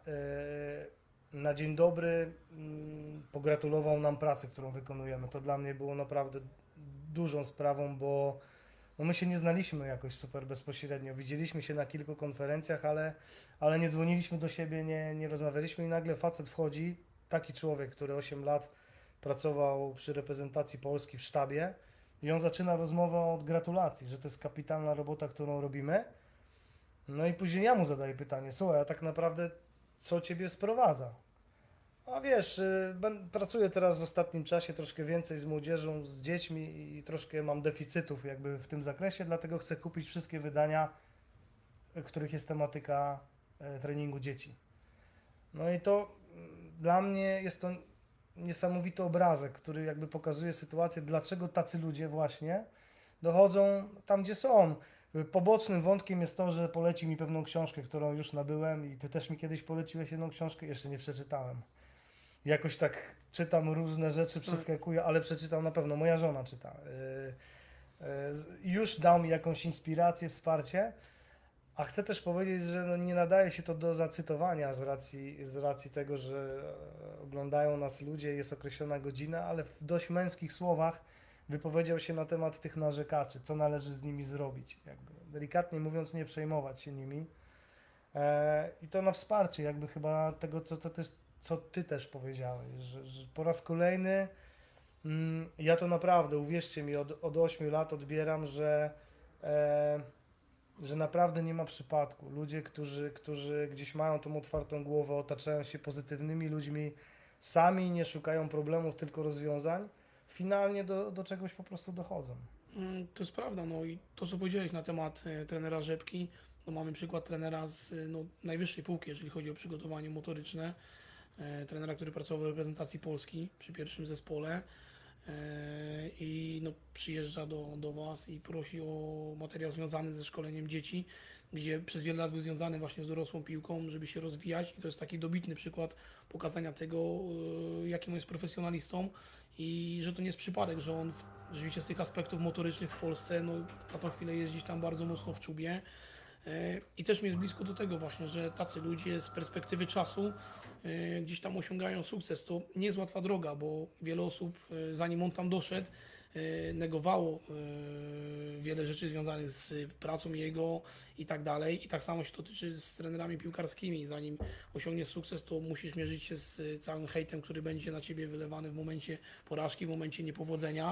e, Na dzień dobry mm, pogratulował nam pracy, którą wykonujemy. To dla mnie było naprawdę dużą sprawą, bo no my się nie znaliśmy jakoś super bezpośrednio. Widzieliśmy się na kilku konferencjach, ale, ale nie dzwoniliśmy do siebie, nie, nie rozmawialiśmy i nagle facet wchodzi, taki człowiek, który osiem lat pracował przy reprezentacji Polski w sztabie i on zaczyna rozmowę od gratulacji, że to jest kapitalna robota, którą robimy. No i później ja mu zadaję pytanie, słuchaj, a tak naprawdę co Ciebie sprowadza? A wiesz, y, ben- pracuję teraz w ostatnim czasie troszkę więcej z młodzieżą, z dziećmi i troszkę mam deficytów jakby w tym zakresie, dlatego chcę kupić wszystkie wydania, w których jest tematyka e, treningu dzieci. No i to mm, dla mnie jest to niesamowity obrazek, który jakby pokazuje sytuację, dlaczego tacy ludzie właśnie dochodzą tam, gdzie są. Pobocznym wątkiem jest to, że poleci mi pewną książkę, którą już nabyłem i Ty też mi kiedyś poleciłeś jedną książkę, jeszcze nie przeczytałem. Jakoś tak czytam różne rzeczy, przeskakuję, ale przeczytam na pewno. Moja żona czyta. Yy, yy, z- Już dał mi jakąś inspirację, wsparcie, a chcę też powiedzieć, że no nie nadaje się to do zacytowania z racji, z racji tego, że e, oglądają nas ludzie, jest określona godzina, ale w dość męskich słowach wypowiedział się na temat tych narzekaczy, co należy z nimi zrobić. Jakby, delikatnie mówiąc, nie przejmować się nimi. E, I to na wsparcie jakby chyba tego, co, to też, co Ty też powiedziałeś, że, że po raz kolejny mm, ja to naprawdę, uwierzcie mi, od, od ośmiu lat odbieram, że e, że naprawdę nie ma przypadku. Ludzie, którzy, którzy gdzieś mają tą otwartą głowę, otaczają się pozytywnymi ludźmi, sami nie szukają problemów, tylko rozwiązań, finalnie do, do czegoś po prostu dochodzą. Mm, To jest prawda, no i to co powiedziałeś na temat e, trenera Rzepki, no mamy przykład trenera z e, no, najwyższej półki, jeżeli chodzi o przygotowanie motoryczne, e, trenera, który pracował w reprezentacji Polski przy pierwszym zespole e, i no, przyjeżdża do, do Was i prosi o materiał związany ze szkoleniem dzieci, gdzie przez wiele lat był związany właśnie z dorosłą piłką, żeby się rozwijać i to jest taki dobitny przykład pokazania tego, e, jakim on jest profesjonalistą i że to nie jest przypadek, że on w, rzeczywiście z tych aspektów motorycznych w Polsce, no na tą chwilę jest gdzieś tam bardzo mocno w czubie. E, I też mi jest blisko do tego właśnie, że tacy ludzie z perspektywy czasu e, gdzieś tam osiągają sukces. To nie jest łatwa droga, bo wiele osób, e, zanim on tam doszedł, e, negowało e, wiele rzeczy związanych z pracą jego i tak dalej. I tak samo się to tyczy z trenerami piłkarskimi. Zanim osiągniesz sukces, to musisz mierzyć się z całym hejtem, który będzie na ciebie wylewany w momencie porażki, w momencie niepowodzenia.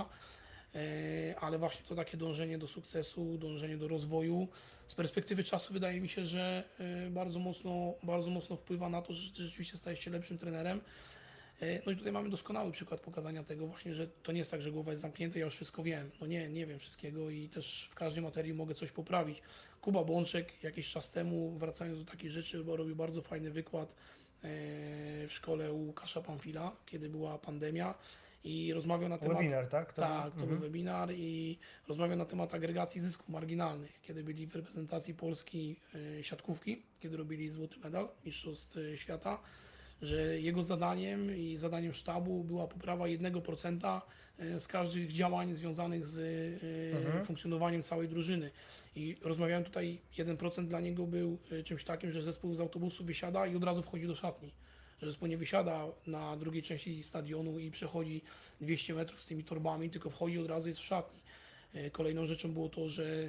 E, Ale właśnie to takie dążenie do sukcesu, dążenie do rozwoju z perspektywy czasu wydaje mi się, że e, bardzo mocno, bardzo mocno wpływa na to, że rzeczywiście stajesz się lepszym trenerem. E, No i tutaj mamy doskonały przykład pokazania tego właśnie, że to nie jest tak, że głowa jest zamknięta, ja już wszystko wiem. No nie, nie wiem wszystkiego i też w każdej materii mogę coś poprawić. Kuba Bączek jakiś czas temu, wracając do takich rzeczy, bo robił bardzo fajny wykład e, w szkole u Łukasza Pamfila, kiedy była pandemia i rozmawiał na temat... Webinar, tak? To Tak, był- to był mhm. webinar i rozmawiał na temat agregacji zysków marginalnych, kiedy byli w reprezentacji Polski e, siatkówki, kiedy robili złoty medal Mistrzostw e, Świata, że jego zadaniem i zadaniem sztabu była poprawa jednego procenta z każdych działań związanych z e, Mhm. funkcjonowaniem całej drużyny. I rozmawiałem tutaj, jeden procent dla niego był e, czymś takim, że zespół z autobusu wysiada i od razu wchodzi do szatni. Że zespół nie wysiada na drugiej części stadionu i przechodzi dwieście metrów z tymi torbami, tylko wchodzi od razu jest w szatni. E, Kolejną rzeczą było to, że e,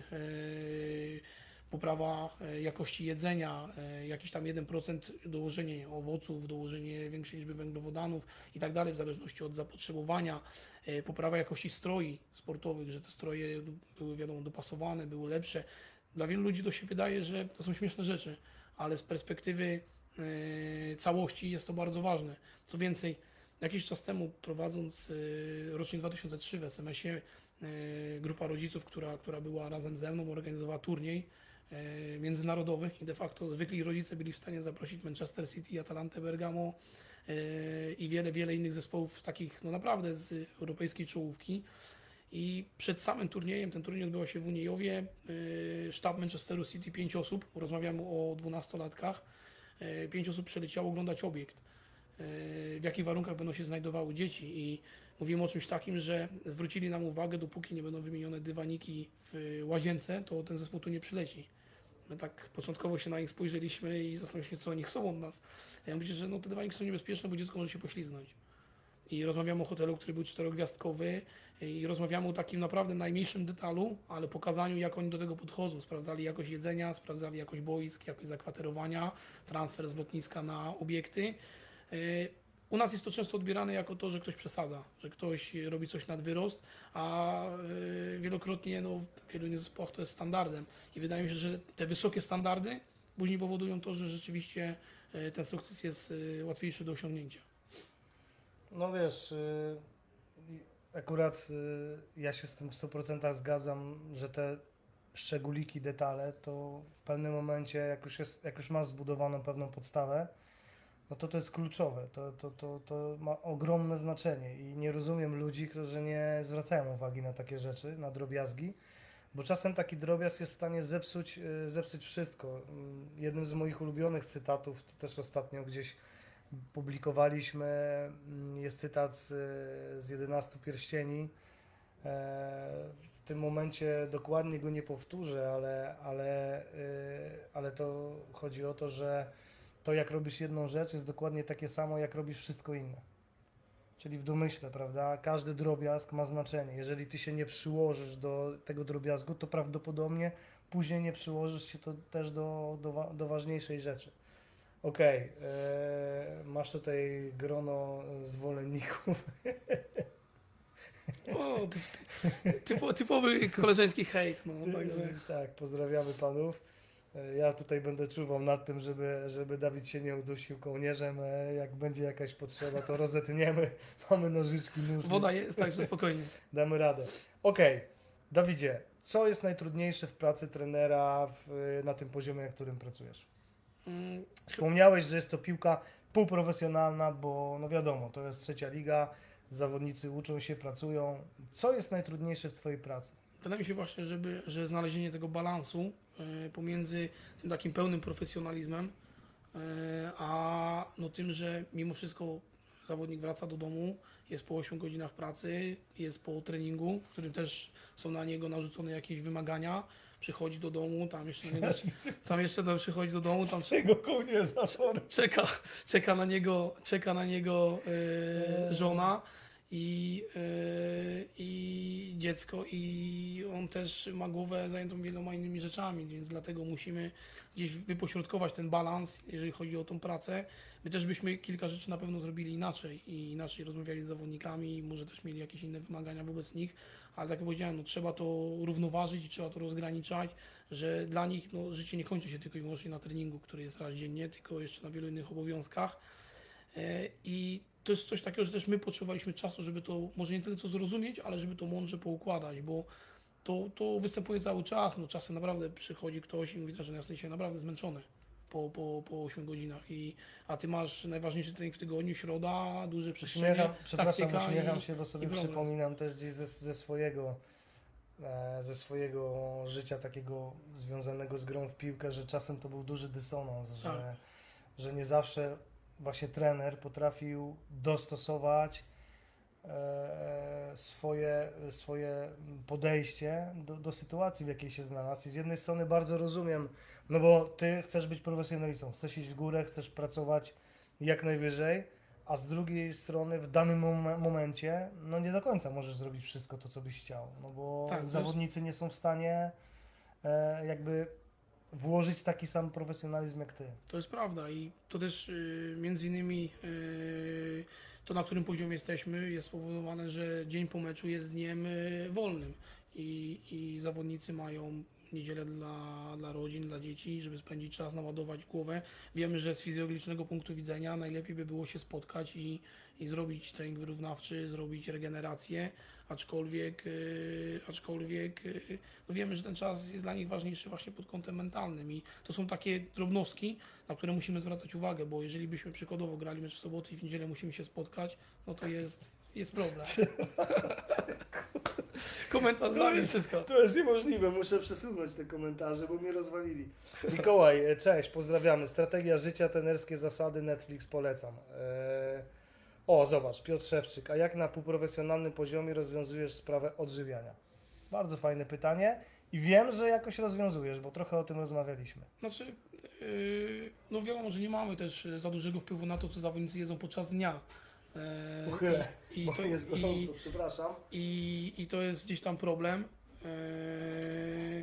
poprawa e, jakości jedzenia, e, jakiś tam jeden procent dołożenie owoców, dołożenie większej liczby węglowodanów i tak dalej, w zależności od zapotrzebowania, e, poprawa jakości stroi sportowych, że te stroje były, wiadomo, dopasowane, były lepsze. Dla wielu ludzi to się wydaje, że to są śmieszne rzeczy, ale z perspektywy e, całości jest to bardzo ważne. Co więcej, jakiś czas temu prowadząc e, rocznik dwa tysiące trzy w es em esie, e, grupa rodziców, która, która była razem ze mną, organizowała turniej e, międzynarodowy i de facto zwykli rodzice byli w stanie zaprosić Manchester City, Atalantę Bergamo e, i wiele, wiele innych zespołów takich no naprawdę z europejskiej czołówki. I przed samym turniejem, ten turniej odbywał się w Uniejowie, e, sztab Manchesteru City, pięć osób, rozmawiamy o dwunastolatkach, e, pięć osób przeleciało oglądać obiekt, e, w jakich warunkach będą się znajdowały dzieci i mówimy o czymś takim, że zwrócili nam uwagę, dopóki nie będą wymienione dywaniki w łazience, to ten zespół tu nie przyleci. My tak początkowo się na nich spojrzeliśmy i zastanawialiśmy się, co oni chcą od nas. Ja mówię, że no, te dywaniki są niebezpieczne, bo dziecko może się poślizgnąć. I rozmawiamy o hotelu, który był czterogwiazdkowy i rozmawiamy o takim naprawdę najmniejszym detalu, ale pokazaniu, jak oni do tego podchodzą. Sprawdzali jakość jedzenia, sprawdzali jakość boisk, jakość zakwaterowania, transfer z lotniska na obiekty. Yy, U nas jest to często odbierane jako to, że ktoś przesadza, że ktoś robi coś nad wyrost, a yy, wielokrotnie no, w wielu innych zespołach to jest standardem. I wydaje mi się, że te wysokie standardy później powodują to, że rzeczywiście yy, ten sukces jest yy, łatwiejszy do osiągnięcia. No wiesz, y, akurat y, ja się z tym w stu procentach zgadzam, że te szczególiki, detale, to w pewnym momencie, jak już, jest, jak już masz zbudowaną pewną podstawę, no to to jest kluczowe, to, to, to, to ma ogromne znaczenie i nie rozumiem ludzi, którzy nie zwracają uwagi na takie rzeczy, na drobiazgi, bo czasem taki drobiazg jest w stanie zepsuć, y, zepsuć wszystko. Mm, Jednym z moich ulubionych cytatów, to też ostatnio gdzieś publikowaliśmy, mm, jest cytat z, z jedenastu pierścieni. E, W tym momencie dokładnie go nie powtórzę, ale, ale, y, ale to chodzi o to, że to jak robisz jedną rzecz jest dokładnie takie samo, jak robisz wszystko inne. Czyli w domyśle, prawda? Każdy drobiazg ma znaczenie. Jeżeli ty się nie przyłożysz do tego drobiazgu, to prawdopodobnie później nie przyłożysz się to też do, do, wa- do ważniejszej rzeczy. Okej, e, masz tutaj grono zwolenników. O, ty, ty, typo, typowy koleżeński hejt, no, Ty- także... Tak, pozdrawiamy panów. Ja tutaj będę czuwał nad tym, żeby, żeby Dawid się nie udusił kołnierzem. E, Jak będzie jakaś potrzeba, to rozetniemy. Mamy nożyczki, nóż. Woda jest, także spokojnie. Damy radę. Okej, Dawidzie, co jest najtrudniejsze w pracy trenera w, na tym poziomie, na którym pracujesz? Mm, Wspomniałeś, że jest to piłka półprofesjonalna, bo no wiadomo, to jest trzecia liga, zawodnicy uczą się, pracują. Co jest najtrudniejsze w Twojej pracy? Wydaje mi się właśnie, żeby, że znalezienie tego balansu e, pomiędzy tym takim pełnym profesjonalizmem, e, a no tym, że mimo wszystko zawodnik wraca do domu, jest po ośmiu godzinach pracy, jest po treningu, w którym też są na niego narzucone jakieś wymagania, przychodzi do domu, tam jeszcze, na niego, tam jeszcze do, przychodzi do domu, tam Tego kołnierza, sorry. czeka, czeka na niego, czeka na niego e, żona i, e, i dziecko, i on też ma głowę zajętą wieloma innymi rzeczami, więc dlatego musimy gdzieś wypośrodkować ten balans, jeżeli chodzi o tą pracę. My też byśmy kilka rzeczy na pewno zrobili inaczej i inaczej rozmawiali z zawodnikami, może też mieli jakieś inne wymagania wobec nich, ale tak jak powiedziałem, no, trzeba to równoważyć i trzeba to rozgraniczać, że dla nich no, życie nie kończy się tylko i wyłącznie na treningu, który jest raz dziennie, tylko jeszcze na wielu innych obowiązkach. E, I to jest coś takiego, że też my potrzebowaliśmy czasu, żeby to może nie tyle co zrozumieć, ale żeby to mądrze poukładać, bo to, to występuje cały czas. No, czasem naprawdę przychodzi ktoś i mówi, że ja jestem dzisiaj naprawdę zmęczony po, po, po ośmiu godzinach, i, a ty masz najważniejszy trening w tygodniu, środa, duże przestrzenie, Uśmiecham, przepraszam, taktyka uśmiecham i, się, bo sobie i problem. przypominam też gdzieś ze, ze swojego e, ze swojego życia takiego związanego z grą w piłkę, że czasem to był duży dysonans, że, Tak. że nie zawsze właśnie trener potrafił dostosować e, swoje, swoje podejście do, do sytuacji, w jakiej się znalazł. I z jednej strony bardzo rozumiem, no bo ty chcesz być profesjonalistą, chcesz iść w górę, chcesz pracować jak najwyżej, a z drugiej strony w danym mom- momencie no nie do końca możesz zrobić wszystko to, co byś chciał, no bo Tak, to jest- zawodnicy nie są w stanie e, jakby włożyć taki sam profesjonalizm jak ty. To jest prawda i to też y, między innymi y, to, na którym poziomie jesteśmy, jest spowodowane, że dzień po meczu jest dniem y, wolnym i, i zawodnicy mają niedzielę dla, dla rodzin, dla dzieci, żeby spędzić czas, naładować głowę. Wiemy, że z fizjologicznego punktu widzenia najlepiej by było się spotkać i, i zrobić trening wyrównawczy, zrobić regenerację, aczkolwiek, yy, aczkolwiek yy, no wiemy, że ten czas jest dla nich ważniejszy właśnie pod kątem mentalnym i to są takie drobnostki, na które musimy zwracać uwagę, bo jeżeli byśmy przykładowo grali mecz w sobotę i w niedzielę musimy się spotkać, no to jest, jest problem. Komentarz za mnie wszystko. To jest niemożliwe, muszę przesunąć te komentarze, bo mnie rozwalili. Mikołaj, e, cześć, pozdrawiamy. Strategia życia, trenerskie zasady, Netflix polecam. E, o, zobacz, Piotr Szewczyk, a jak na półprofesjonalnym poziomie rozwiązujesz sprawę odżywiania? Bardzo fajne pytanie i wiem, że jakoś rozwiązujesz, bo trochę o tym rozmawialiśmy. Znaczy, yy, no wiadomo, że nie mamy też za dużego wpływu na to, co zawodnicy jedzą podczas dnia. Yy, Uchylę, i, i, bo to, jest i, gorąco, przepraszam. i, I to jest gdzieś tam problem. Yy,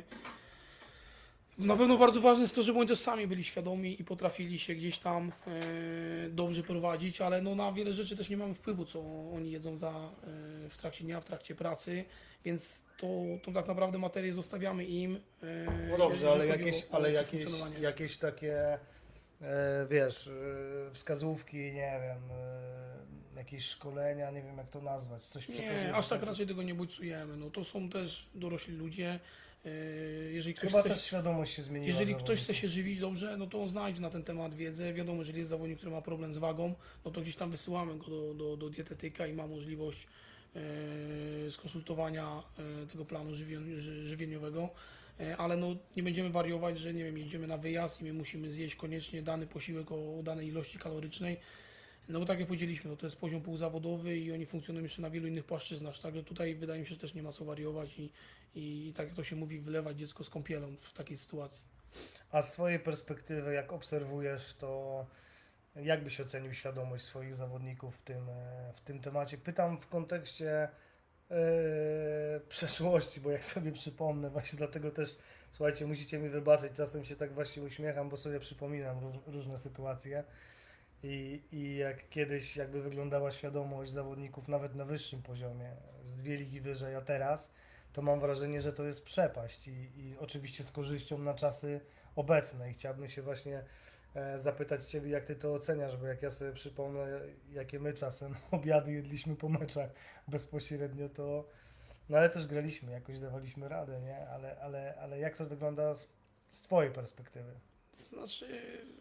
Na pewno bardzo ważne jest to, żeby oni też sami byli świadomi i potrafili się gdzieś tam yy, dobrze prowadzić, ale no na wiele rzeczy też nie mamy wpływu, co oni jedzą za, yy, w trakcie dnia, w trakcie pracy, więc to, to tak naprawdę materię zostawiamy im. Yy, No dobrze, ale jeżeli chodzi jakieś, o- o ale to jakieś, funkcjonowanie. jakieś takie, e, wiesz, e, wskazówki, nie wiem, e, jakieś szkolenia, nie wiem jak to nazwać, coś Nie, przekazujesz aż tak takiego? raczej tego nie bodźcujemy. No, to są też dorośli ludzie. Yy, jeżeli ktoś Chyba chce, też świadomość się zmieniła. Jeżeli ktoś zawodników. chce się żywić dobrze, no to on znajdzie na ten temat wiedzę. Wiadomo, jeżeli jest zawodnik, który ma problem z wagą, no to gdzieś tam wysyłamy go do, do, do dietetyka i ma możliwość e, skonsultowania e, tego planu żywień- ży- żywieniowego. E, ale no, nie będziemy wariować, że nie wiem, jedziemy na wyjazd i my musimy zjeść koniecznie dany posiłek o, o danej ilości kalorycznej. No bo tak jak powiedzieliśmy, no to jest poziom półzawodowy i oni funkcjonują jeszcze na wielu innych płaszczyznach, także tutaj wydaje mi się, że też nie ma co wariować i, i tak jak to się mówi, wylewać dziecko z kąpielą w takiej sytuacji. A z Twojej perspektywy, jak obserwujesz, to jak byś ocenił świadomość swoich zawodników w tym, e, w tym temacie? Pytam w kontekście e, przeszłości, bo jak sobie przypomnę, właśnie dlatego też, słuchajcie, musicie mi wybaczyć, czasem się tak właśnie uśmiecham, bo sobie przypominam róż, różne sytuacje. I, I jak kiedyś jakby wyglądała świadomość zawodników nawet na wyższym poziomie, z dwie ligi wyżej, a teraz, to mam wrażenie, że to jest przepaść i, i oczywiście z korzyścią na czasy obecne i chciałbym się właśnie e, zapytać Ciebie, jak Ty to oceniasz, bo jak ja sobie przypomnę, jakie my czasem obiady jedliśmy po meczach bezpośrednio, to no ale też graliśmy, jakoś dawaliśmy radę, nie? Ale, ale, ale jak to wygląda z, z Twojej perspektywy? Znaczy,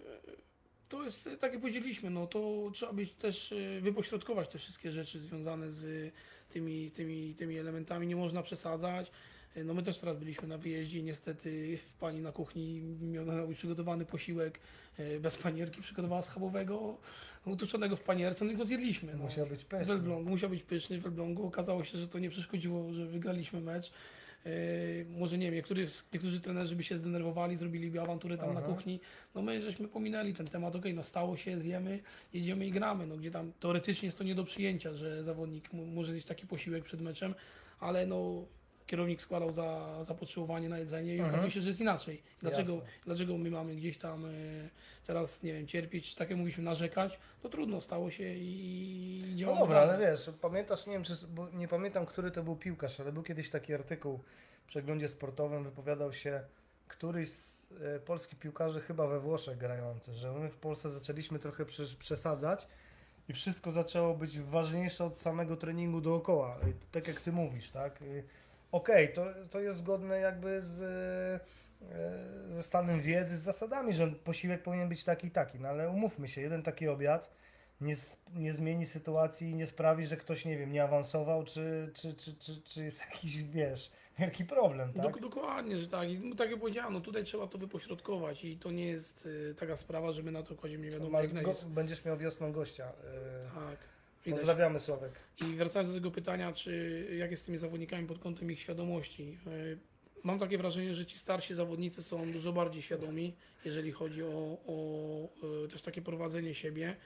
to jest, tak jak powiedzieliśmy, no to trzeba być też, e, wypośrodkować te wszystkie rzeczy związane z tymi, tymi, tymi elementami, nie można przesadzać. E, No my też teraz byliśmy na wyjeździe i niestety pani na kuchni miał być przygotowany posiłek e, bez panierki, przygotowała schabowego, utuczonego w panierce, no i go zjedliśmy. No. Musiał być pyszny. W Elblągu, musiał być pyszny w Elblągu. Okazało się, że to nie przeszkodziło, że wygraliśmy mecz. Yy, może nie wiem, niektórzy, niektórzy trenerzy by się zdenerwowali, zrobiliby awanturę tam Aha. na kuchni. No my żeśmy pominęli ten temat, okej, no stało się, zjemy, jedziemy i gramy. No gdzie tam teoretycznie jest to nie do przyjęcia, że zawodnik m- może zjeść taki posiłek przed meczem, ale no kierownik składał za zapotrzebowanie na jedzenie i Mhm. okazuje się, że jest inaczej. Dlaczego, Jasne. dlaczego my mamy gdzieś tam e, teraz, nie wiem, cierpieć, czy tak jak mówiliśmy, narzekać? No trudno, stało się i No działamy dobra, ale dalej. wiesz, pamiętasz, nie wiem, czy, bo nie pamiętam, który to był piłkarz, ale był kiedyś taki artykuł w przeglądzie sportowym, wypowiadał się któryś z e, polskich piłkarzy, chyba we Włoszech grający, że my w Polsce zaczęliśmy trochę przes- przesadzać i wszystko zaczęło być ważniejsze od samego treningu dookoła. I tak jak ty mówisz, tak? I Okej, to, to jest zgodne jakby z, e, ze stanem wiedzy, z zasadami, że posiłek powinien być taki i taki, no ale umówmy się, jeden taki obiad nie, s- nie zmieni sytuacji i nie sprawi, że ktoś, nie wiem, nie awansował, czy, czy, czy, czy, czy jest jakiś, wiesz, wielki problem, tak? Dok- dokładnie, że tak. I no, tak jak powiedziałem, no tutaj trzeba to wypośrodkować i to nie jest y, taka sprawa, że my na to kładziemy nie wiadomo Masz jak go, nacisk. będziesz miał wiosną gościa. e, Tak. Widać. Pozdrawiamy, Sławek. I wracając do tego pytania, czy jak jest z tymi zawodnikami pod kątem ich świadomości. y, Mam takie wrażenie, że ci starsi zawodnicy są dużo bardziej świadomi, jeżeli chodzi o, o y, też takie prowadzenie siebie.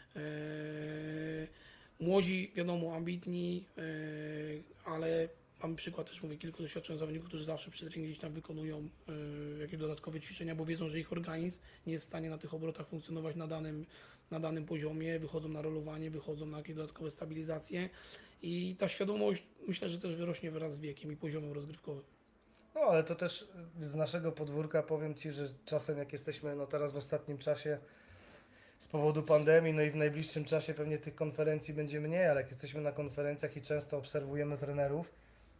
Y, Młodzi, wiadomo, ambitni, y, ale mamy przykład też, mówię, kilku doświadczonych zawodników, którzy zawsze przy treningu gdzieś tam wykonują y, jakieś dodatkowe ćwiczenia, bo wiedzą, że ich organizm nie jest w stanie na tych obrotach funkcjonować na danym, na danym poziomie, wychodzą na rolowanie, wychodzą na jakieś dodatkowe stabilizacje i ta świadomość myślę, że też wyrośnie wraz z wiekiem i poziomem rozgrywkowym. No ale to też z naszego podwórka powiem Ci, że czasem jak jesteśmy, no teraz w ostatnim czasie z powodu pandemii, no i w najbliższym czasie pewnie tych konferencji będzie mniej, ale jak jesteśmy na konferencjach i często obserwujemy trenerów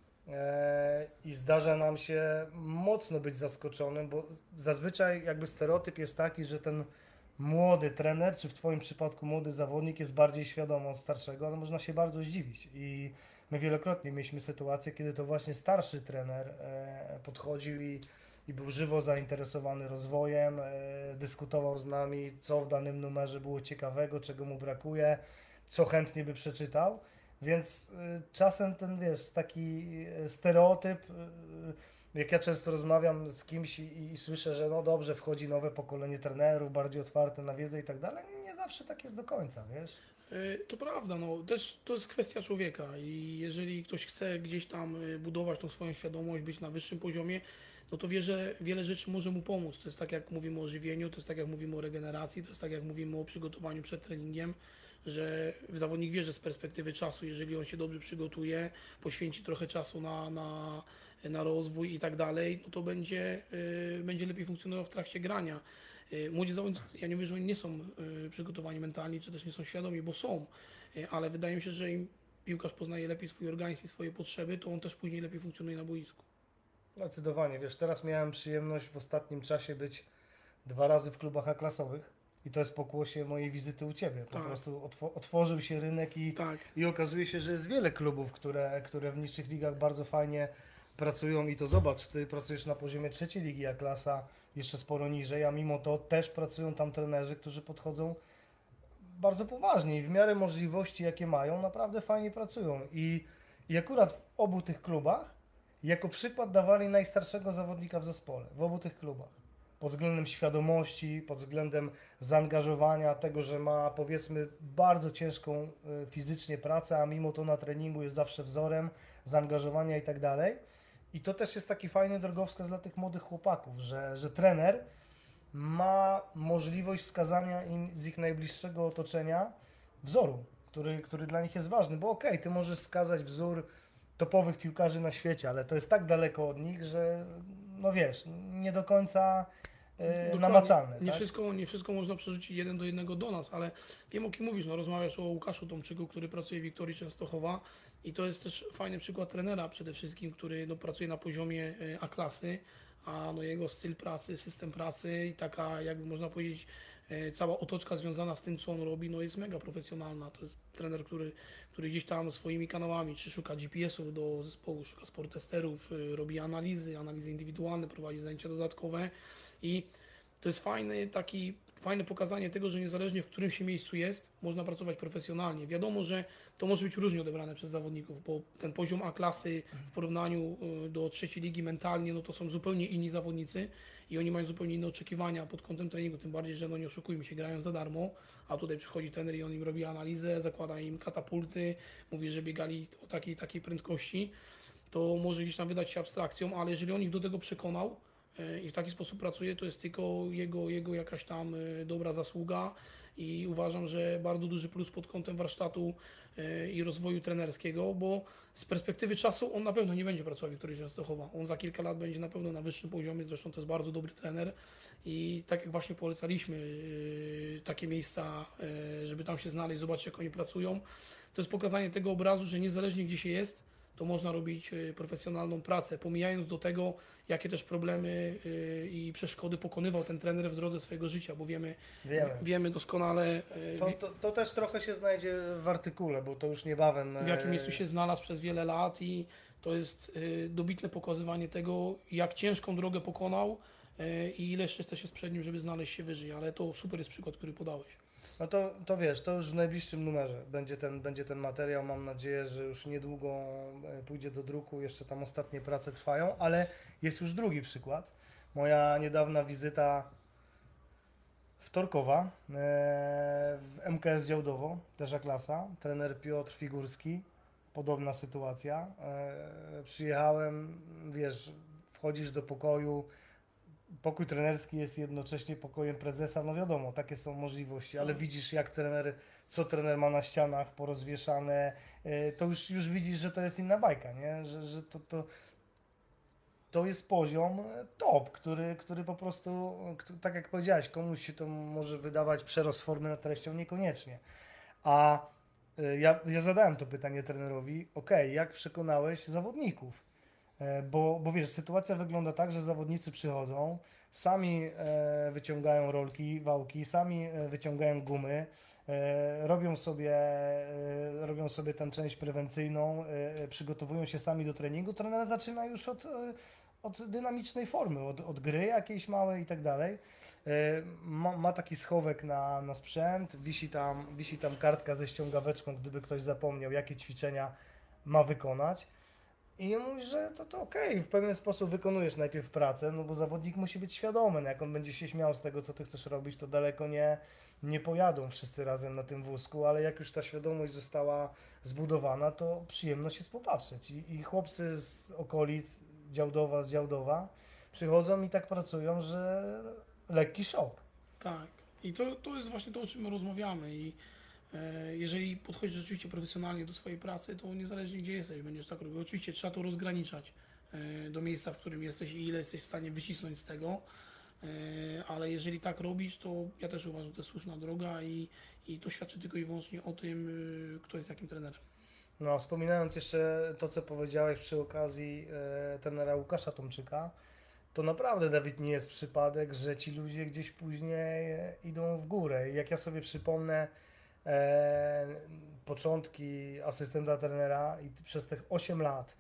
e, i zdarza nam się mocno być zaskoczonym, bo zazwyczaj jakby stereotyp jest taki, że ten młody trener, czy w Twoim przypadku młody zawodnik jest bardziej świadomy od starszego, ale można się bardzo zdziwić i my wielokrotnie mieliśmy sytuację, kiedy to właśnie starszy trener e, podchodził i, i był żywo zainteresowany rozwojem, e, dyskutował z nami, co w danym numerze było ciekawego, czego mu brakuje, co chętnie by przeczytał. Więc e, czasem ten, wiesz, taki e, stereotyp, e, jak ja często rozmawiam z kimś i, i słyszę, że no dobrze, wchodzi nowe pokolenie trenerów, bardziej otwarte na wiedzę i tak dalej, nie zawsze tak jest do końca, wiesz? Y, To prawda, no też to jest kwestia człowieka i jeżeli ktoś chce gdzieś tam y, budować tą swoją świadomość, być na wyższym poziomie, no to wie, że wiele rzeczy może mu pomóc. To jest tak jak mówimy o żywieniu, to jest tak jak mówimy o regeneracji, to jest tak jak mówimy o przygotowaniu przed treningiem, że zawodnik wie, że z perspektywy czasu, jeżeli on się dobrze przygotuje, poświęci trochę czasu na, na, na rozwój i tak dalej, no to będzie, y, będzie lepiej funkcjonował w trakcie grania. Y, Młodzi zawodnicy, ja nie mówię, że oni nie są y, przygotowani mentalnie, czy też nie są świadomi, bo są, y, ale wydaje mi się, że im piłkarz poznaje lepiej swój organizm i swoje potrzeby, to on też później lepiej funkcjonuje na boisku. Zdecydowanie, wiesz, teraz miałem przyjemność w ostatnim czasie być dwa razy w klubach A-klasowych i to jest pokłosie mojej wizyty u Ciebie. Po Tak. prostu otw- otworzył się rynek i, Tak. i okazuje się, że jest wiele klubów, które, które w niższych ligach bardzo fajnie pracują i to zobacz, Ty pracujesz na poziomie trzeciej ligi A-klasa, jeszcze sporo niżej, a mimo to też pracują tam trenerzy, którzy podchodzą bardzo poważnie i w miarę możliwości, jakie mają, naprawdę fajnie pracują. I, i akurat w obu tych klubach jako przykład dawali najstarszego zawodnika w zespole, w obu tych klubach. Pod względem świadomości, pod względem zaangażowania, tego, że ma powiedzmy bardzo ciężką y, fizycznie pracę, a mimo to na treningu jest zawsze wzorem, zaangażowania i tak dalej. I to też jest taki fajny drogowskaz dla tych młodych chłopaków, że, że trener ma możliwość wskazania im z ich najbliższego otoczenia wzoru, który, który dla nich jest ważny, bo okej, ty możesz wskazać wzór topowych piłkarzy na świecie, ale to jest tak daleko od nich, że no wiesz, nie do końca e, Dokładnie. namacalne. Nie, tak? wszystko, nie wszystko można przerzucić jeden do jednego do nas, ale wiem o kim mówisz, no rozmawiasz o Łukaszu Tomczyku, który pracuje w Wiktorii Częstochowa i to jest też fajny przykład trenera przede wszystkim, który no, pracuje na poziomie e, A-klasy, a no, jego styl pracy, system pracy i taka jakby można powiedzieć e, cała otoczka związana z tym, co on robi, no jest mega profesjonalna. To jest trener, który, który gdzieś tam swoimi kanałami, czy szuka G P S ów do zespołu, szuka sporttesterów, e, robi analizy, analizy indywidualne, prowadzi zajęcia dodatkowe i to jest fajny taki, fajne pokazanie tego, że niezależnie w którym się miejscu jest, można pracować profesjonalnie. Wiadomo, że to może być różnie odebrane przez zawodników, bo ten poziom A-klasy w porównaniu y, do trzeciej ligi mentalnie, no to są zupełnie inni zawodnicy i oni mają zupełnie inne oczekiwania pod kątem treningu, tym bardziej, że no nie oszukujmy się, grają za darmo, a tutaj przychodzi trener i on im robi analizę, zakłada im katapulty, mówi, że biegali o takiej takiej prędkości, to może gdzieś tam wydać się abstrakcją, ale jeżeli on ich do tego przekonał, i w taki sposób pracuje, to jest tylko jego, jego jakaś tam dobra zasługa i uważam, że bardzo duży plus pod kątem warsztatu i rozwoju trenerskiego, bo z perspektywy czasu on na pewno nie będzie pracował w Wiktorii Częstochowa. On za kilka lat będzie na pewno na wyższym poziomie, zresztą to jest bardzo dobry trener i tak jak właśnie polecaliśmy takie miejsca, żeby tam się znaleźć, zobaczyć jak oni pracują, to jest pokazanie tego obrazu, że niezależnie gdzie się jest, to można robić profesjonalną pracę, pomijając do tego, jakie też problemy i przeszkody pokonywał ten trener w drodze swojego życia, bo wiemy, Wiemy. wiemy doskonale To, to, to też trochę się znajdzie w artykule, bo to już niebawem. w jakim miejscu się znalazł przez wiele lat i to jest dobitne pokazywanie tego, jak ciężką drogę pokonał i ile jeszcze jesteś przed nim, żeby znaleźć się wyżej, ale to super jest przykład, który podałeś. No to, to wiesz, to już w najbliższym numerze będzie ten, będzie ten materiał. Mam nadzieję, że już niedługo pójdzie do druku. Jeszcze tam ostatnie prace trwają, ale jest już drugi przykład. Moja niedawna wizyta wtorkowa w M K S Działdowo, też A-klasa. Trener Piotr Figurski, podobna sytuacja. Przyjechałem, wiesz, wchodzisz do pokoju. Pokój trenerski jest jednocześnie pokojem prezesa, no wiadomo, takie są możliwości, ale widzisz jak trener, co trener ma na ścianach porozwieszane, to już, już widzisz, że to jest inna bajka, nie? Że, że to, to, to jest poziom top, który, który po prostu, tak jak powiedziałeś, komuś się to może wydawać przerost formy nad treścią, niekoniecznie. A ja, ja zadałem to pytanie trenerowi, ok, jak przekonałeś zawodników? Bo, bo wiesz, sytuacja wygląda tak, że zawodnicy przychodzą, sami e, wyciągają rolki, wałki, sami e, wyciągają gumy, e, robią sobie, e, robią sobie tę część prewencyjną, e, przygotowują się sami do treningu. Trener zaczyna już od, e, od dynamicznej formy, od, od gry jakiejś małej i tak dalej. E, ma, ma taki schowek na, na sprzęt, wisi tam, wisi tam kartka ze ściągaweczką, gdyby ktoś zapomniał, jakie ćwiczenia ma wykonać. I mówi, że to, to okej, okay. W pewien sposób wykonujesz najpierw pracę, no bo zawodnik musi być świadomy, no jak on będzie się śmiał z tego, co ty chcesz robić, to daleko nie, nie pojadą wszyscy razem na tym wózku, ale jak już ta świadomość została zbudowana, to przyjemno się popatrzeć. I, i chłopcy z okolic, Działdowa, z Działdowa, przychodzą i tak pracują, że lekki szok. Tak, i to, to jest właśnie to, o czym my rozmawiamy i jeżeli podchodzisz rzeczywiście profesjonalnie do swojej pracy, to niezależnie gdzie jesteś, będziesz tak robił. Oczywiście trzeba to rozgraniczać do miejsca, w którym jesteś i ile jesteś w stanie wycisnąć z tego, ale jeżeli tak robisz, to ja też uważam, że to jest słuszna droga i, i to świadczy tylko i wyłącznie o tym, kto jest jakim trenerem. No, wspominając jeszcze to, co powiedziałeś przy okazji e, trenera Łukasza Tomczyka, to naprawdę, Dawid, nie jest przypadek, że ci ludzie gdzieś później idą w górę. I jak ja sobie przypomnę E, początki asystenta trenera i przez tych osiem lat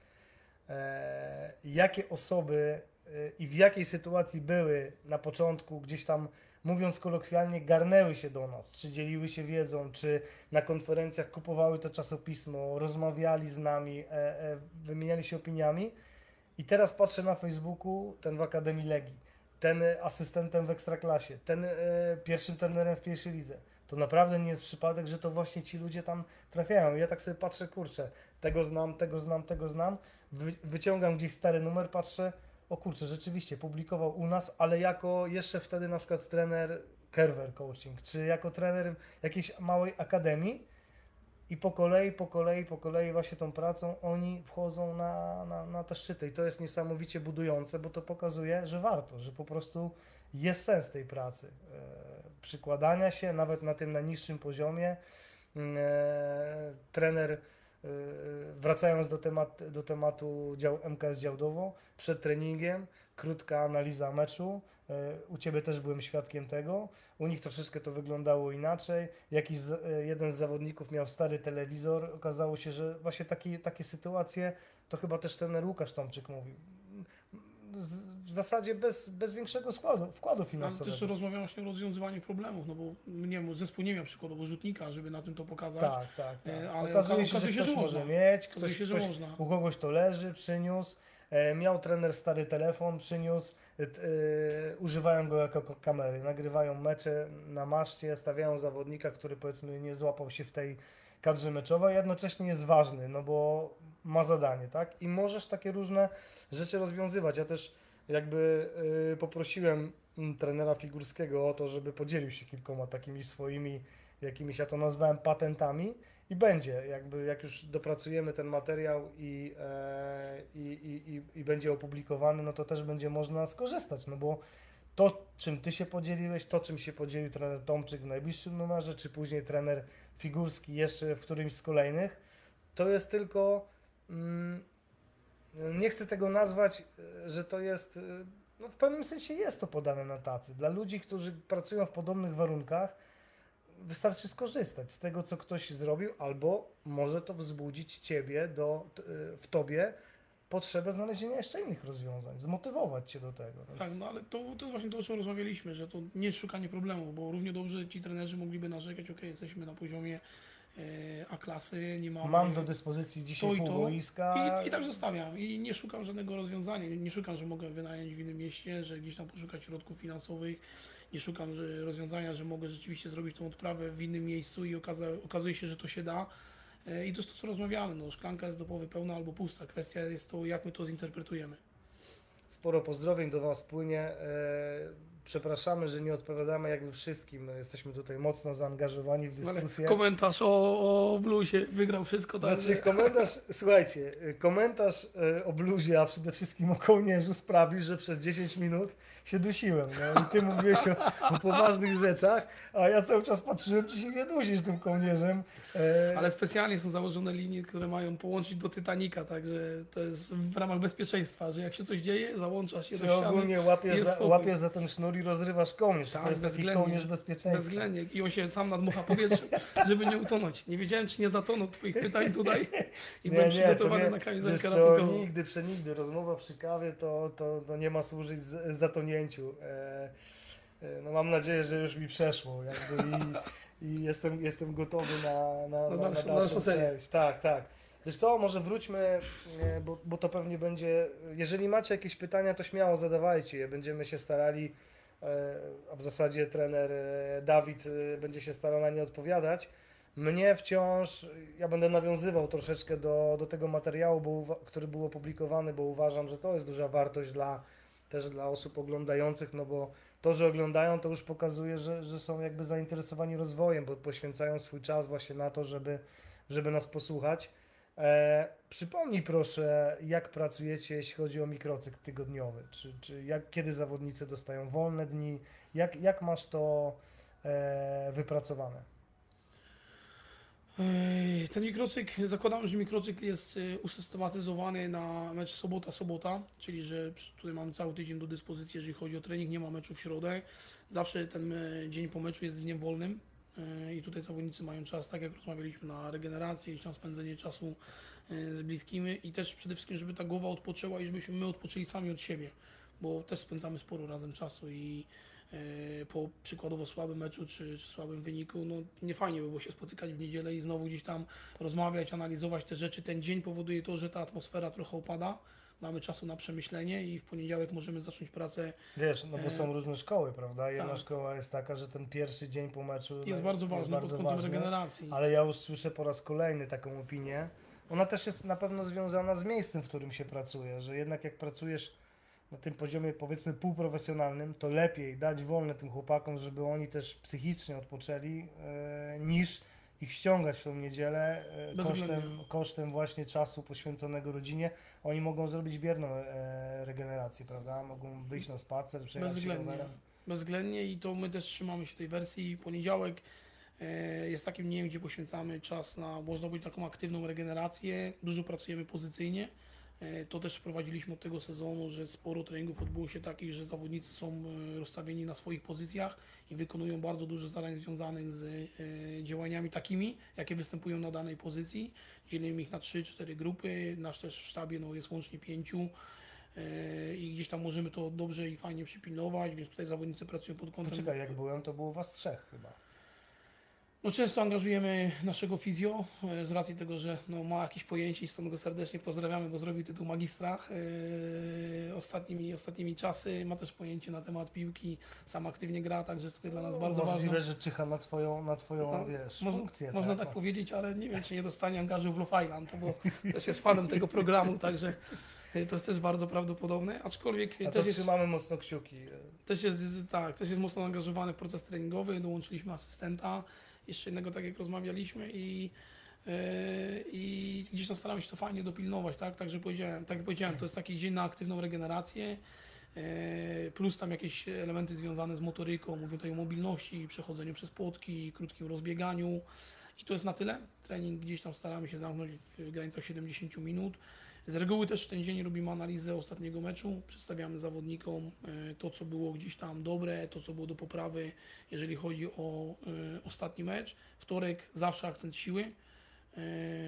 e, jakie osoby e, i w jakiej sytuacji były na początku, gdzieś tam mówiąc kolokwialnie, garnęły się do nas, czy dzieliły się wiedzą, czy na konferencjach kupowały to czasopismo, rozmawiali z nami, e, e, wymieniali się opiniami i teraz patrzę na Facebooku, ten w Akademii Legii, ten asystentem w Ekstraklasie, ten e, pierwszym trenerem w pierwszej lidze. To naprawdę nie jest przypadek, że to właśnie ci ludzie tam trafiają. Ja tak sobie patrzę, kurczę, tego znam, tego znam, tego znam, Wy, wyciągam gdzieś stary numer, patrzę, o kurczę, rzeczywiście publikował u nas, ale jako jeszcze wtedy na przykład trener Kerwer Coaching, czy jako trener jakiejś małej akademii i po kolei, po kolei, po kolei właśnie tą pracą oni wchodzą na, na, na te szczyty i to jest niesamowicie budujące, bo to pokazuje, że warto, że po prostu jest sens tej pracy, e, przykładania się nawet na tym najniższym poziomie. E, trener, e, wracając do, temat, do tematu dział, M K S Działdowo, przed treningiem krótka analiza meczu. E, u Ciebie też byłem świadkiem tego. U nich troszeczkę to wyglądało inaczej. Jakiś z, e, jeden z zawodników miał stary telewizor. Okazało się, że właśnie takie, takie sytuacje, to chyba też trener Łukasz Tomczyk mówił, z, w zasadzie bez, bez większego składu, wkładu Ale finansowego. też rozmawiamy właśnie o rozwiązywaniu problemów, no bo nie wiem, zespół nie miał przykładowo rzutnika, żeby na tym to pokazać. Tak, tak, tak. E, ale okazuje oka- się, okazuje że się, ktoś że może można. mieć, Okazuje ktoś, się, że ktoś, można. u kogoś to leży, przyniósł. E, miał trener stary telefon, przyniósł, e, t- e, używają go jako ko- kamery, nagrywają mecze na maszcie, stawiają zawodnika, który powiedzmy nie złapał się w tej kadrze meczowej, jednocześnie jest ważny, no bo ma zadanie, tak? I możesz takie różne rzeczy rozwiązywać. Ja też jakby e, poprosiłem mm, trenera Figurskiego o to, żeby podzielił się kilkoma takimi swoimi jakimiś, ja to nazwałem patentami, i będzie, jakby jak już dopracujemy ten materiał i, e, i, i, i, i będzie opublikowany, no to też będzie można skorzystać, no bo to, czym Ty się podzieliłeś, to, czym się podzielił trener Tomczyk w najbliższym numerze, czy później trener Figurski jeszcze w którymś z kolejnych, to jest tylko, mm, nie chcę tego nazwać, e, że to jest, e, no w pewnym sensie jest to podane na tacy. Dla ludzi, którzy pracują w podobnych warunkach, wystarczy skorzystać z tego, co ktoś zrobił, albo może to wzbudzić Ciebie do, t- w Tobie potrzebę znalezienia jeszcze innych rozwiązań, zmotywować Cię do tego. Więc... Tak, no ale to, to jest właśnie to, o czym rozmawialiśmy, że to nie jest szukanie problemów, bo równie dobrze ci trenerzy mogliby narzekać, ok, jesteśmy na poziomie e, A klasy, nie mamy... Mam do dyspozycji dzisiaj to i pół to. boiska. I, I tak zostawiam. I nie szukam żadnego rozwiązania. Nie, nie szukam, że mogę wynająć w innym mieście, że gdzieś tam poszukać środków finansowych. Nie szukam że rozwiązania, że mogę rzeczywiście zrobić tą odprawę w innym miejscu i okaza, okazuje się, że to się da. E, I to jest to, co rozmawiamy. No, szklanka jest do połowy pełna albo pusta. Kwestia jest to, jak my to zinterpretujemy. Sporo pozdrowień do Was płynie. E, Przepraszamy, że nie odpowiadamy jakby wszystkim. Jesteśmy tutaj mocno zaangażowani w Ale dyskusję. komentarz o, o bluzie wygrał wszystko. Tak, Znaczy komentarz, słuchajcie, komentarz e, o bluzie, a przede wszystkim o kołnierzu sprawił, że przez dziesięć minut się dusiłem. No i Ty mówiłeś o, o poważnych rzeczach, a ja cały czas patrzyłem, czy się nie dusisz tym kołnierzem. E, Ale specjalnie są założone linie, które mają połączyć do Titanica, także to jest w ramach bezpieczeństwa, że jak się coś dzieje, załączasz je Czy do ściany. ogólnie łapiesz jest za, spokój. łapiesz za ten sznur i rozrywasz kołnierz. Tak, to jest taki bezwzględnie. kołnierz bezpieczeństwa. Bezwzględnie. I on się sam nadmucha powietrze, żeby nie utonąć. Nie wiedziałem, czy nie zatonął Twoich pytań tutaj i byłem przygotowany to na wiesz kamizelkę co, ratunkową. nigdy, przenigdy. Rozmowa przy kawie to, to, to nie ma służyć z, zatonięciu. E, e, no mam nadzieję, że już mi przeszło jakby i, i jestem, jestem gotowy na, na, Na na, dalszą- na na dalszą dalszą serię. część. Tak, tak. Wiesz co, może wróćmy, e, bo, bo to pewnie będzie, jeżeli macie jakieś pytania, to śmiało zadawajcie je, będziemy się starali, e, a w zasadzie trener e, Dawid e, będzie się starał na nie odpowiadać. Mnie wciąż, ja będę nawiązywał troszeczkę do, do tego materiału, bo, uwa- który był opublikowany, bo uważam, że to jest duża wartość dla, też dla osób oglądających, no bo to, że oglądają, to już pokazuje, że, że są jakby zainteresowani rozwojem, bo poświęcają swój czas właśnie na to, żeby, żeby nas posłuchać. E, przypomnij proszę, jak pracujecie, jeśli chodzi o mikrocykl tygodniowy, czy, czy jak, kiedy zawodnicy dostają wolne dni, jak, jak masz to e, wypracowane? Ej, Ten mikrocykl, zakładam, że mikrocykl jest y, usystematyzowany na mecz sobota-sobota, czyli że przy- tutaj mamy cały tydzień do dyspozycji, jeżeli chodzi o trening, nie ma meczu w środę. Zawsze ten y, dzień po meczu jest dniem wolnym y, i tutaj zawodnicy mają czas, tak jak rozmawialiśmy, na regenerację, gdzieś tam spędzenie czasu y, z bliskimi i też przede wszystkim, żeby ta głowa odpoczęła i żebyśmy my odpoczęli sami od siebie, bo też spędzamy sporo razem czasu i e, po przykładowo słabym meczu czy, czy słabym wyniku, no nie fajnie by było się spotykać w niedzielę i znowu gdzieś tam rozmawiać, analizować te rzeczy. Ten dzień powoduje to, że ta atmosfera trochę opada, mamy czasu na przemyślenie i w poniedziałek możemy zacząć pracę. Wiesz, no bo E, są różne szkoły, prawda? Jedna tak. szkoła jest taka, że ten pierwszy dzień po meczu Jest no, bardzo ważny pod kątem ważny, regeneracji. ale ja już słyszę po raz kolejny taką opinię. Ona też jest na pewno związana z miejscem, w którym się pracuje, że jednak jak pracujesz na tym poziomie powiedzmy półprofesjonalnym, to lepiej dać wolne tym chłopakom, żeby oni też psychicznie odpoczęli, e, niż ich ściągać w tą niedzielę e, Bezwzględnie. kosztem, kosztem właśnie czasu poświęconego rodzinie. Oni mogą zrobić bierną e, regenerację, prawda? Mogą wyjść na spacer, przejechać się Bezwzględnie. rowerem. bezwzględnie i to my też trzymamy się tej wersji. Poniedziałek e, jest takim dniem, gdzie poświęcamy czas na, można powiedzieć, taką aktywną regenerację. Dużo pracujemy pozycyjnie. E, to też wprowadziliśmy od tego sezonu, że sporo treningów odbyło się takich, że zawodnicy są e, rozstawieni na swoich pozycjach i wykonują bardzo dużo zadań związanych z e, działaniami takimi, jakie występują na danej pozycji. Dzielimy ich na trzy cztery grupy. Nasz też w sztabie no, jest łącznie pięciu. I gdzieś tam możemy to dobrze i fajnie przypilnować, więc tutaj zawodnicy pracują pod kątem... Poczekaj, jak byłem, to było was trzech chyba. No często angażujemy naszego fizjo e, z racji tego, że no, ma jakieś pojęcie i stąd go serdecznie pozdrawiamy, bo zrobił tytuł magistra e, ostatnimi, ostatnimi czasy. Ma też pojęcie na temat piłki, sam aktywnie gra, także jest to dla nas bardzo Możliwe, ważne. że czyha na twoją, na twoją No, wiesz, Można, funkcję. można tak No. powiedzieć, ale nie wiem, czy nie dostanie angażu w Love Island, bo też jest fanem tego programu, także e, to jest też bardzo prawdopodobne, aczkolwiek A to też jest... trzymamy mocno kciuki. Też jest, tak, też jest mocno angażowany w proces treningowy, dołączyliśmy asystenta, jeszcze jednego, tak jak rozmawialiśmy i, yy, i gdzieś tam staramy się to fajnie dopilnować, tak, także powiedziałem, tak jak powiedziałem, to jest taki dzień na aktywną regenerację, yy, plus tam jakieś elementy związane z motoryką, mówię tutaj o mobilności, przechodzeniu przez płotki, krótkim rozbieganiu i to jest na tyle. Trening gdzieś tam staramy się zamknąć w granicach siedemdziesiąt minut. Z reguły też w ten dzień robimy analizę ostatniego meczu, przedstawiamy zawodnikom e, to, co było gdzieś tam dobre, to, co było do poprawy, jeżeli chodzi o e, ostatni mecz. Wtorek zawsze akcent siły, e,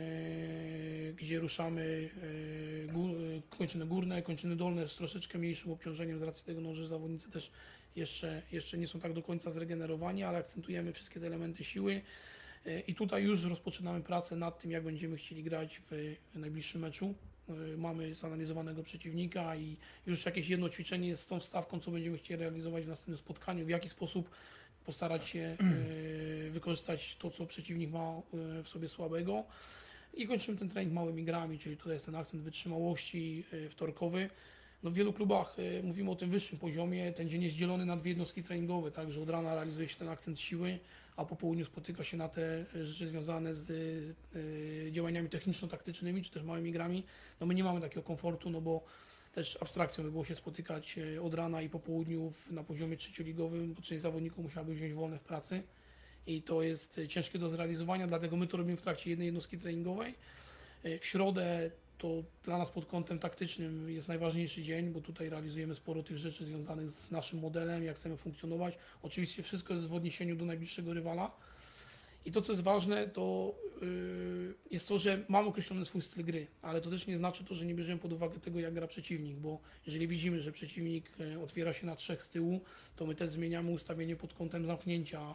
gdzie ruszamy e, gór, e, kończyny górne, kończyny dolne z troszeczkę mniejszym obciążeniem z racji tego, no, że zawodnicy też jeszcze, jeszcze nie są tak do końca zregenerowani, ale akcentujemy wszystkie te elementy siły. I tutaj już rozpoczynamy pracę nad tym, jak będziemy chcieli grać w najbliższym meczu. Mamy zanalizowanego przeciwnika i już jakieś jedno ćwiczenie jest z tą wstawką, co będziemy chcieli realizować w następnym spotkaniu, w jaki sposób postarać się wykorzystać to, co przeciwnik ma w sobie słabego. I kończymy ten trening małymi grami, czyli tutaj jest ten akcent wytrzymałości wtorkowy. No w wielu klubach y, mówimy o tym wyższym poziomie, ten dzień jest dzielony na dwie jednostki treningowe, także od rana realizuje się ten akcent siły, a po południu spotyka się na te rzeczy związane z y, działaniami techniczno-taktycznymi, czy też małymi grami. No my nie mamy takiego komfortu, no bo też abstrakcją by było się spotykać y, od rana i po południu w, na poziomie trzecioligowym, bo część zawodników musiałaby wziąć wolne w pracy i to jest y, ciężkie do zrealizowania, dlatego my to robimy w trakcie jednej jednostki treningowej. Y, w środę to dla nas pod kątem taktycznym jest najważniejszy dzień, bo tutaj realizujemy sporo tych rzeczy związanych z naszym modelem, jak chcemy funkcjonować. Oczywiście wszystko jest w odniesieniu do najbliższego rywala. I to, co jest ważne, to yy, jest to, że mamy określony swój styl gry, ale to też nie znaczy to, że nie bierzemy pod uwagę tego, jak gra przeciwnik, bo jeżeli widzimy, że przeciwnik otwiera się na trzech z tyłu, to my też zmieniamy ustawienie pod kątem zamknięcia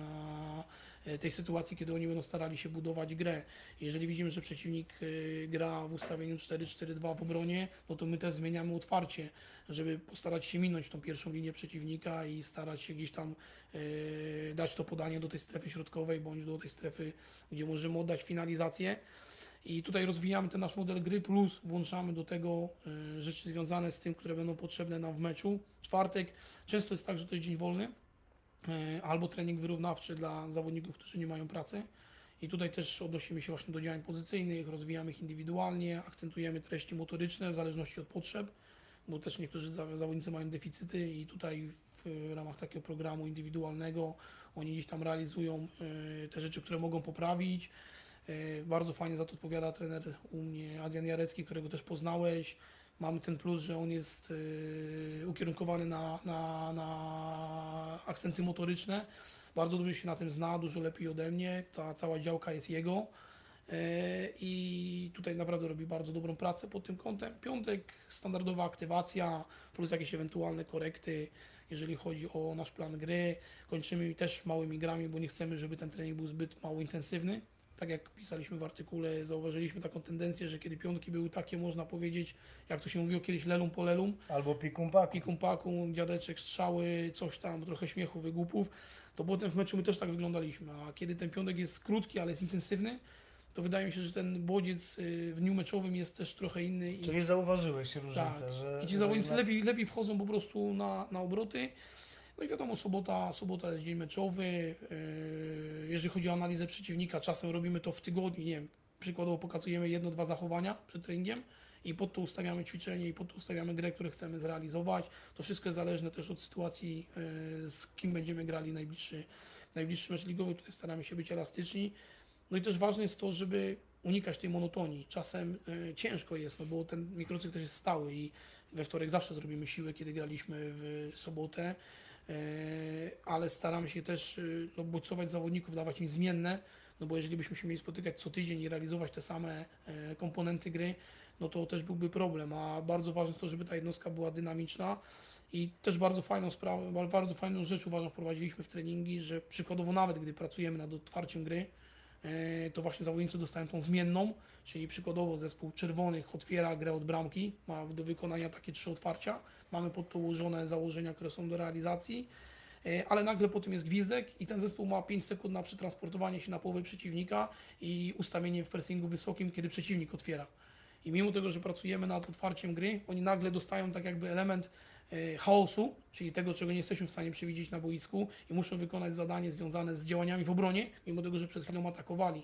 yy, tej sytuacji, kiedy oni będą starali się budować grę. Jeżeli widzimy, że przeciwnik yy, gra w ustawieniu cztery cztery dwa w obronie, no to my też zmieniamy otwarcie, żeby postarać się minąć tą pierwszą linię przeciwnika i starać się gdzieś tam yy, dać to podanie do tej strefy środkowej, bądź do tej strefy, gdzie możemy oddać finalizację. I tutaj rozwijamy ten nasz model gry, plus włączamy do tego y, rzeczy związane z tym, które będą potrzebne nam w meczu. Czwartek często jest tak, że to jest dzień wolny, y, albo trening wyrównawczy dla zawodników, którzy nie mają pracy. I tutaj też odnosimy się właśnie do działań pozycyjnych, rozwijamy ich indywidualnie, akcentujemy treści motoryczne w zależności od potrzeb, bo też niektórzy zawodnicy mają deficyty i tutaj w ramach takiego programu indywidualnego oni gdzieś tam realizują y, te rzeczy, które mogą poprawić. Y, bardzo fajnie za to odpowiada trener u mnie Adrian Jarecki, którego też poznałeś. Mamy ten plus, że on jest y, ukierunkowany na, na, na akcenty motoryczne. Bardzo dobrze się na tym zna, dużo lepiej ode mnie. Ta cała działka jest jego. I tutaj naprawdę robi bardzo dobrą pracę pod tym kątem. Piątek, standardowa aktywacja, plus jakieś ewentualne korekty, jeżeli chodzi o nasz plan gry. Kończymy też małymi grami, bo nie chcemy, żeby ten trening był zbyt mało intensywny. Tak jak pisaliśmy w artykule, zauważyliśmy taką tendencję, że kiedy piątki były takie, można powiedzieć, jak to się mówiło kiedyś, lelum po lelum, Albo pikum pakum. pikum pakum, dziadeczek, strzały, coś tam, trochę śmiechu, wygłupów, to potem w meczu my też tak wyglądaliśmy. A kiedy ten piątek jest krótki, ale jest intensywny, to wydaje mi się, że ten bodziec w dniu meczowym jest też trochę inny. I, Czyli zauważyłeś różnicę, tak, że... i ci że zawodnicy jednak- lepiej, lepiej wchodzą po prostu na, na obroty. No i wiadomo, sobota, sobota jest dzień meczowy. Yy, jeżeli chodzi o analizę przeciwnika, czasem robimy to w tygodniu, nie wiem, przykładowo pokazujemy jedno, dwa zachowania przed treningiem i pod to ustawiamy ćwiczenie i pod to ustawiamy grę, które chcemy zrealizować. To wszystko jest zależne też od sytuacji, y, z kim będziemy grali najbliższy, najbliższy mecz ligowy. Tutaj staramy się być elastyczni. No i też ważne jest to, żeby unikać tej monotonii. Czasem y, ciężko jest, no bo ten mikrocykl też jest stały i we wtorek zawsze zrobimy siłę, kiedy graliśmy w sobotę, y, ale staramy się też y, no, bodźcować zawodników, dawać im zmienne, no bo jeżeli byśmy się mieli spotykać co tydzień i realizować te same y, komponenty gry, no to też byłby problem, a bardzo ważne jest to, żeby ta jednostka była dynamiczna. I też bardzo fajną sprawę, bardzo fajną rzecz uważam wprowadziliśmy w treningi, że przykładowo nawet gdy pracujemy nad otwarciem gry, to właśnie zawodnicy dostają tą zmienną, czyli przykładowo zespół czerwonych otwiera grę od bramki, ma do wykonania takie trzy otwarcia, mamy pod to ułożone założenia, które są do realizacji, ale nagle po tym jest gwizdek i ten zespół ma pięć sekund na przetransportowanie się na połowę przeciwnika i ustawienie w pressingu wysokim, kiedy przeciwnik otwiera. I mimo tego, że pracujemy nad otwarciem gry, oni nagle dostają tak jakby element chaosu, czyli tego, czego nie jesteśmy w stanie przewidzieć na boisku i muszą wykonać zadanie związane z działaniami w obronie, mimo tego, że przed chwilą atakowali.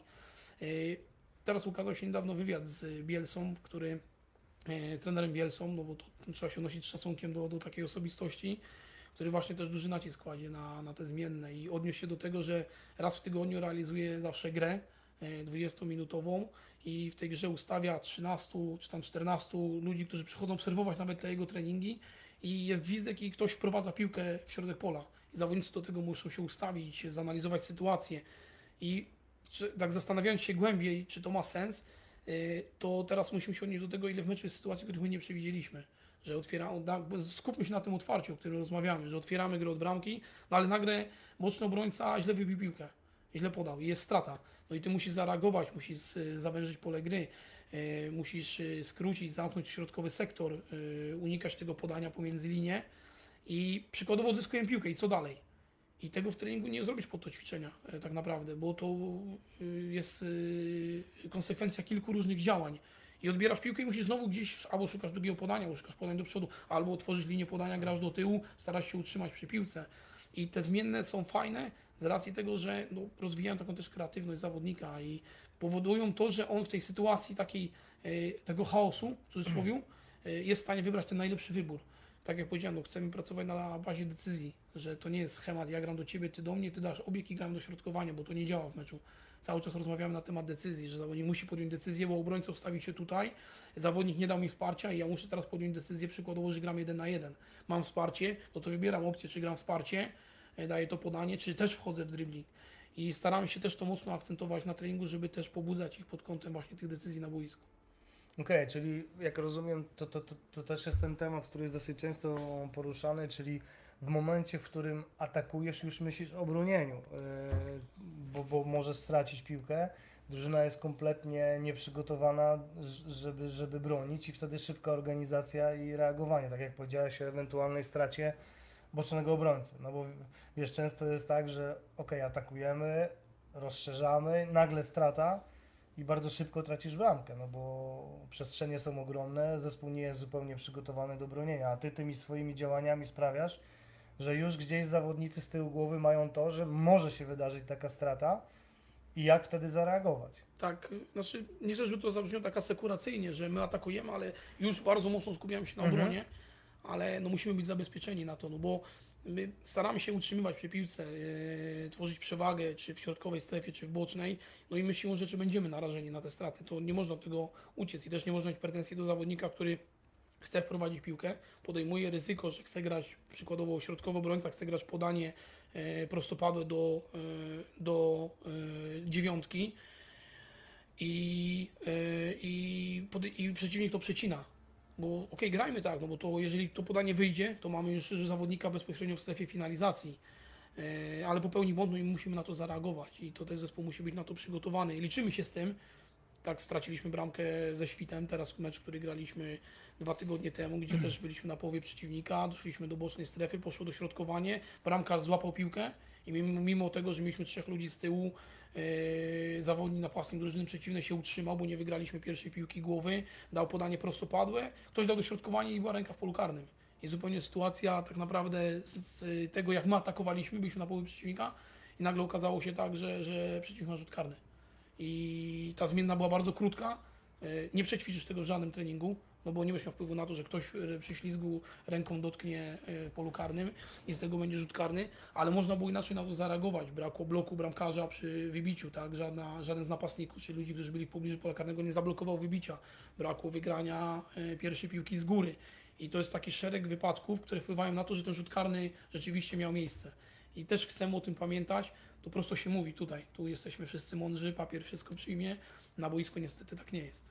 Teraz ukazał się niedawno wywiad z Bielsą, który trenerem Bielsą, no bo to trzeba się odnosić z szacunkiem do, do takiej osobistości, który właśnie też duży nacisk kładzie na, na te zmienne i odniósł się do tego, że raz w tygodniu realizuje zawsze grę dwudziestominutową i w tej grze ustawia trzynastu czy tam czternastu ludzi, którzy przychodzą obserwować nawet te jego treningi i jest gwizdek i ktoś wprowadza piłkę w środek pola i zawodnicy do tego muszą się ustawić, zanalizować sytuację i czy, tak zastanawiając się głębiej, czy to ma sens, yy, to teraz musimy się odnieść do tego, ile w meczu jest sytuacji, których my nie przewidzieliśmy. Że otwiera, skupmy się na tym otwarciu, o którym rozmawiamy, że otwieramy grę od bramki, no ale nagle boczny obrońca źle wybił piłkę, źle podał i jest strata. No i ty musisz zareagować, musisz zawężyć pole gry, yy, musisz yy, skrócić, zamknąć środkowy sektor, yy, unikać tego podania pomiędzy linie i przykładowo odzyskujemy piłkę i co dalej? I tego w treningu nie zrobić pod to ćwiczenia yy, tak naprawdę, bo to yy, jest yy, konsekwencja kilku różnych działań. I odbierasz piłkę i musisz znowu gdzieś albo szukasz drugiego podania, albo szukasz podań do przodu, albo otworzysz linię podania, grasz do tyłu, starasz się utrzymać przy piłce. I te zmienne są fajne z racji tego, że no, rozwijają taką też kreatywność zawodnika i powodują to, że on w tej sytuacji takiej y, tego chaosu, w cudzysłowie, y, jest w stanie wybrać ten najlepszy wybór. Tak jak powiedziałem, no, chcemy pracować na bazie decyzji, że to nie jest schemat, ja gram do ciebie, ty do mnie, ty dasz obieg i gram do środkowania, bo to nie działa w meczu. Cały czas rozmawiamy na temat decyzji, że zawodnik musi podjąć decyzję, bo obrońca ustawił się tutaj, zawodnik nie dał mi wsparcia i ja muszę teraz podjąć decyzję przykładowo, że gram jeden na jeden. Mam wsparcie, no to wybieram opcję, czy gram wsparcie, daję to podanie, czy też wchodzę w dribbling. I staramy się też to mocno akcentować na treningu, żeby też pobudzać ich pod kątem właśnie tych decyzji na boisku. Okej, okay, czyli jak rozumiem, to, to, to, to też jest ten temat, który jest dosyć często poruszany, czyli w momencie, w którym atakujesz, już myślisz o bronieniu, yy, bo, bo możesz stracić piłkę. Drużyna jest kompletnie nieprzygotowana, żeby, żeby bronić i wtedy szybka organizacja i reagowanie, tak jak powiedziałeś o ewentualnej stracie bocznego obrońcy. No bo wiesz, często jest tak, że ok, atakujemy, rozszerzamy, nagle strata i bardzo szybko tracisz bramkę, no bo przestrzenie są ogromne, zespół nie jest zupełnie przygotowany do bronienia, a ty tymi swoimi działaniami sprawiasz, że już gdzieś zawodnicy z tyłu głowy mają to, że może się wydarzyć taka strata i jak wtedy zareagować. Tak, znaczy nie chcę, żeby to zabrzmiało tak asekuracyjnie, że my atakujemy, ale już bardzo mocno skupiamy się na Mhm. obronie, ale no musimy być zabezpieczeni na to, no bo my staramy się utrzymywać przy piłce, yy, tworzyć przewagę, czy w środkowej strefie, czy w bocznej, no i my siłą rzeczy będziemy narażeni na te straty, to nie można od tego uciec i też nie można mieć pretensji do zawodnika, który chce wprowadzić piłkę, podejmuje ryzyko, że chce grać, przykładowo środkowy obrońca chce grać podanie e, prostopadłe do, e, do e, dziewiątki i, e, i, pod, i przeciwnik to przecina. Bo okej, okay, grajmy tak, no bo to jeżeli to podanie wyjdzie, to mamy już zawodnika bezpośrednio w strefie finalizacji, e, ale popełni błąd, no i musimy na to zareagować i to też zespół musi być na to przygotowany i liczymy się z tym. Tak, straciliśmy bramkę ze Świtem, teraz mecz, który graliśmy dwa tygodnie temu, gdzie też byliśmy na połowie przeciwnika, doszliśmy do bocznej strefy, poszło dośrodkowanie, bramkarz złapał piłkę i mimo, mimo tego, że mieliśmy trzech ludzi z tyłu, yy, zawodnik napastnik drużyny przeciwnej się utrzymał, bo nie wygraliśmy pierwszej piłki głowy, dał podanie prostopadłe, ktoś dał dośrodkowanie i była ręka w polu karnym. I zupełnie sytuacja tak naprawdę z, z tego, jak my atakowaliśmy, byliśmy na połowie przeciwnika i nagle okazało się tak, że, że przeciwnik ma rzut karny. I ta zmienna była bardzo krótka, nie przećwiczysz tego w żadnym treningu, no bo nie będziesz miał wpływu na to, że ktoś e, przy ślizgu ręką dotknie e, w polu karnym i z tego będzie rzut karny, ale można było inaczej na to zareagować. Brakło bloku bramkarza przy wybiciu, tak? Żadna, żaden z napastników czy ludzi, którzy byli w pobliżu pola karnego, nie zablokował wybicia. Brakło wygrania e, pierwszej piłki z góry. I to jest taki szereg wypadków, które wpływają na to, że ten rzut karny rzeczywiście miał miejsce. I też chcemy o tym pamiętać, to prosto się mówi tutaj, tu jesteśmy wszyscy mądrzy, papier wszystko przyjmie, na boisku niestety tak nie jest.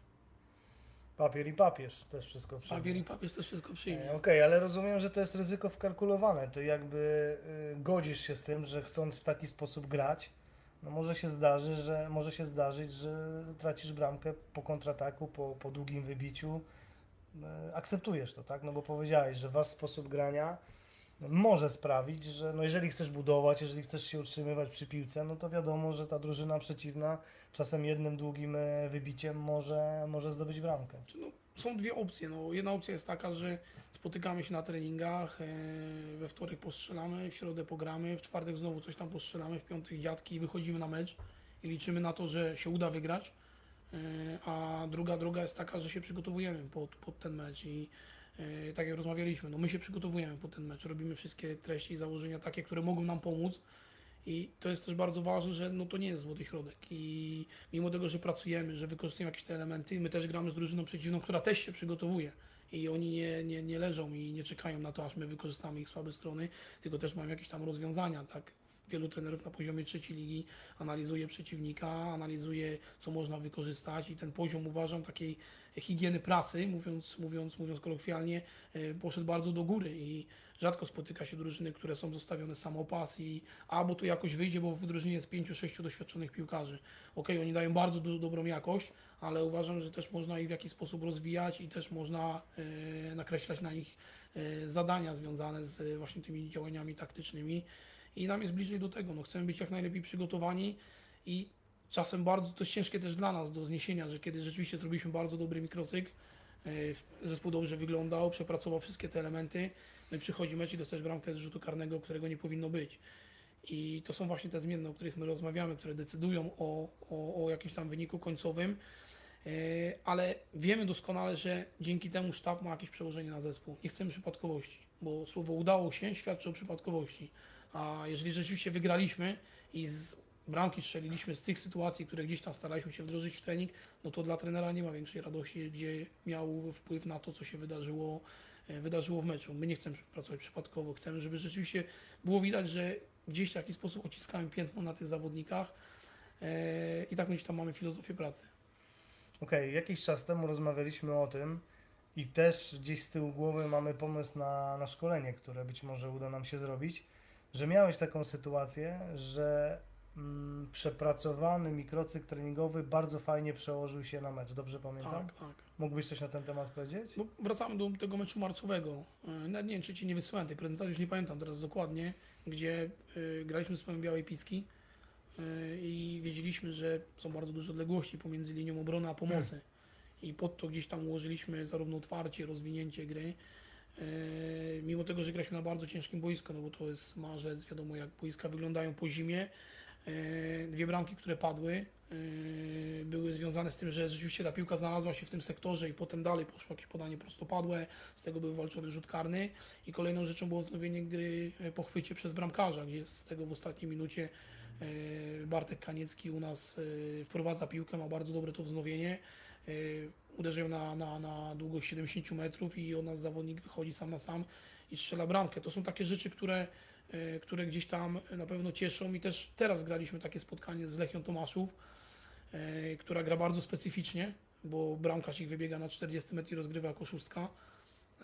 Papier i papież też wszystko przyjmie. Papier i papież też wszystko przyjmie. E, Okej, ale rozumiem, że to jest ryzyko wkalkulowane. Ty jakby y, godzisz się z tym, że chcąc w taki sposób grać, no może się zdarzy, że może się zdarzyć, że tracisz bramkę po kontrataku, po, po długim wybiciu. Y, akceptujesz to, tak? No bo powiedziałeś, że wasz sposób grania może sprawić, że no jeżeli chcesz budować, jeżeli chcesz się utrzymywać przy piłce, no to wiadomo, że ta drużyna przeciwna czasem jednym długim e, wybiciem może, może zdobyć bramkę. Czy No, są dwie opcje. No, jedna opcja jest taka, że spotykamy się na treningach, e, we wtorek postrzelamy, w środę pogramy, w czwartek znowu coś tam postrzelamy, w piątek dziadki i wychodzimy na mecz i liczymy na to, że się uda wygrać. E, a druga droga jest taka, że się przygotowujemy pod, pod ten mecz i e, tak jak rozmawialiśmy, no my się przygotowujemy pod ten mecz, robimy wszystkie treści i założenia takie, które mogą nam pomóc. I to jest też bardzo ważne, że no to nie jest złoty środek i mimo tego, że pracujemy, że wykorzystujemy jakieś te elementy, my też gramy z drużyną przeciwną, która też się przygotowuje i oni nie, nie, nie leżą i nie czekają na to, aż my wykorzystamy ich słabe strony, tylko też mają jakieś tam rozwiązania, tak? Wielu trenerów na poziomie trzeciej ligi analizuje przeciwnika, analizuje, co można wykorzystać i ten poziom, uważam, takiej higieny pracy, mówiąc, mówiąc, mówiąc kolokwialnie, e, poszedł bardzo do góry i rzadko spotyka się drużyny, które są zostawione samopas i albo to jakoś wyjdzie, bo w drużynie jest pięciu, sześciu doświadczonych piłkarzy. Okej, oni dają bardzo du- dobrą jakość, ale uważam, że też można ich w jakiś sposób rozwijać i też można e, nakreślać na nich e, zadania związane z właśnie tymi działaniami taktycznymi. I nam jest bliżej do tego. No, chcemy być jak najlepiej przygotowani i czasem bardzo to jest ciężkie też dla nas do zniesienia, że kiedy rzeczywiście zrobiliśmy bardzo dobry mikrocykl, e, zespół dobrze wyglądał, przepracował wszystkie te elementy, no i przychodzi mecz i dostajesz bramkę z rzutu karnego, którego nie powinno być. I to są właśnie te zmienne, o których my rozmawiamy, które decydują o, o, o jakimś tam wyniku końcowym, e, ale wiemy doskonale, że dzięki temu sztab ma jakieś przełożenie na zespół. Nie chcemy przypadkowości, bo słowo udało się świadczy o przypadkowości. A jeżeli rzeczywiście wygraliśmy i z bramki strzeliliśmy z tych sytuacji, które gdzieś tam staraliśmy się wdrożyć w trening, no to dla trenera nie ma większej radości, gdzie miał wpływ na to, co się wydarzyło, e, wydarzyło w meczu. My nie chcemy pracować przypadkowo, chcemy, żeby rzeczywiście było widać, że gdzieś w jakiś sposób odciskamy piętno na tych zawodnikach e, i taką gdzieś tam mamy filozofię pracy. Okej, jakiś czas temu rozmawialiśmy o tym i też gdzieś z tyłu głowy mamy pomysł na, na szkolenie, które być może uda nam się zrobić, że miałeś taką sytuację, że mm, przepracowany mikrocykl treningowy bardzo fajnie przełożył się na mecz. Dobrze pamiętam? Tak, tak. Mógłbyś coś na ten temat powiedzieć? No, wracamy do tego meczu marcowego. E, Nawet nie wiem, czy Ci nie wysłałem tej prezentacji, już nie pamiętam teraz dokładnie, gdzie y, graliśmy z Pałem Białej Piski y, i wiedzieliśmy, że są bardzo duże odległości pomiędzy linią obrony a pomocy. I pod to gdzieś tam ułożyliśmy zarówno otwarcie, rozwinięcie gry. Y, mimo tego, że graliśmy na bardzo ciężkim boisku, no bo to jest marzec, wiadomo jak boiska wyglądają po zimie. Y, dwie bramki, które padły, Yy, były związane z tym, że rzeczywiście ta piłka znalazła się w tym sektorze i potem dalej poszło jakieś podanie prostopadłe, z tego był walczony rzut karny i kolejną rzeczą było wznowienie gry po chwycie przez bramkarza, gdzie z tego w ostatniej minucie yy, Bartek Kaniecki u nas yy, wprowadza piłkę, ma bardzo dobre to wznowienie, yy, uderzył na, na, na długość siedemdziesiąt metrów i od nas zawodnik wychodzi sam na sam i strzela bramkę. To są takie rzeczy, które yy, które gdzieś tam na pewno cieszą i też teraz graliśmy takie spotkanie z Lechią Tomaszów, e, która gra bardzo specyficznie, bo bramkarz ich wybiega na czterdzieści metrów i rozgrywa jako szóstka. E,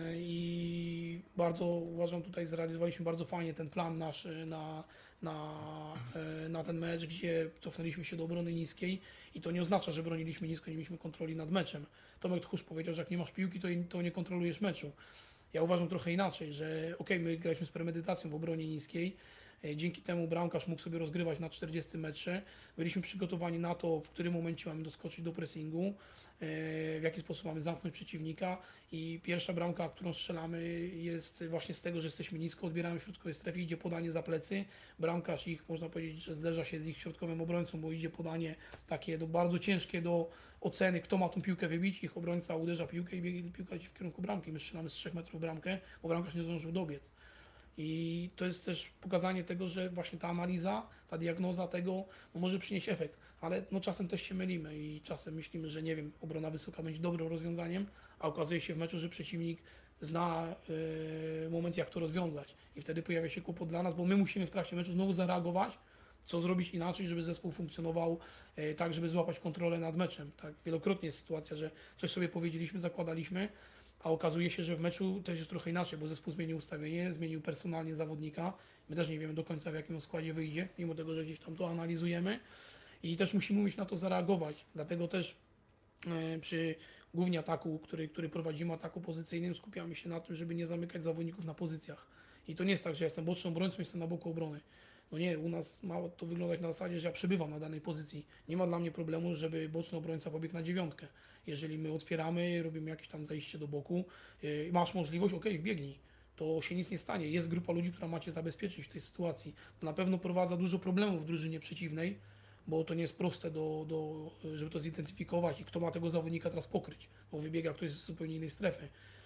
I bardzo uważam, tutaj zrealizowaliśmy bardzo fajnie ten plan nasz na, na, e, na ten mecz, gdzie cofnęliśmy się do obrony niskiej i to nie oznacza, że broniliśmy nisko, nie mieliśmy kontroli nad meczem. Tomek Tchórz powiedział, że jak nie masz piłki, to, to nie kontrolujesz meczu. Ja uważam trochę inaczej, że ok, my graliśmy z premedytacją w obronie niskiej, E, Dzięki temu bramkarz mógł sobie rozgrywać na czterdziestym metrze. Byliśmy przygotowani na to, w którym momencie mamy doskoczyć do pressingu, e, w jaki sposób mamy zamknąć przeciwnika i pierwsza bramka, którą strzelamy, jest właśnie z tego, że jesteśmy nisko, odbieramy w środkowej strefie, idzie podanie za plecy, bramkarz ich, można powiedzieć, że zderza się z ich środkowym obrońcą, bo idzie podanie takie do, bardzo ciężkie do oceny, kto ma tą piłkę wybić, ich obrońca uderza piłkę i biegnie piłka leci w kierunku bramki, my strzelamy z trzech metrów bramkę, bo bramkarz nie zdążył dobiec. I to jest też pokazanie tego, że właśnie ta analiza, ta diagnoza tego no, może przynieść efekt, ale no, czasem też się mylimy i czasem myślimy, że nie wiem, obrona wysoka będzie dobrym rozwiązaniem, a okazuje się w meczu, że przeciwnik zna y, moment, jak to rozwiązać i wtedy pojawia się kłopot dla nas, bo my musimy w trakcie meczu znowu zareagować, co zrobić inaczej, żeby zespół funkcjonował y, tak, żeby złapać kontrolę nad meczem. Tak, wielokrotnie jest sytuacja, że coś sobie powiedzieliśmy, zakładaliśmy, a okazuje się, że w meczu też jest trochę inaczej, bo zespół zmienił ustawienie, zmienił personalnie zawodnika. My też nie wiemy do końca, w jakim on składzie wyjdzie, mimo tego, że gdzieś tam to analizujemy i też musimy umieć na to zareagować. Dlatego też e, przy głównie ataku, który, który prowadzimy, ataku pozycyjnym, skupiamy się na tym, żeby nie zamykać zawodników na pozycjach. I to nie jest tak, że ja jestem bocznym obrońcą, jestem na boku obrony. No nie, u nas ma to wyglądać na zasadzie, że ja przebywam na danej pozycji. Nie ma dla mnie problemu, żeby boczny obrońca pobiegł na dziewiątkę. Jeżeli my otwieramy, robimy jakieś tam zajście do boku, yy, masz możliwość, ok, wbiegnij. To się nic nie stanie. Jest grupa ludzi, która macie zabezpieczyć w tej sytuacji. To na pewno prowadza dużo problemów w drużynie przeciwnej, bo to nie jest proste, do, do, żeby to zidentyfikować i kto ma tego zawodnika teraz pokryć, bo wybiega ktoś z zupełnie innej strefy.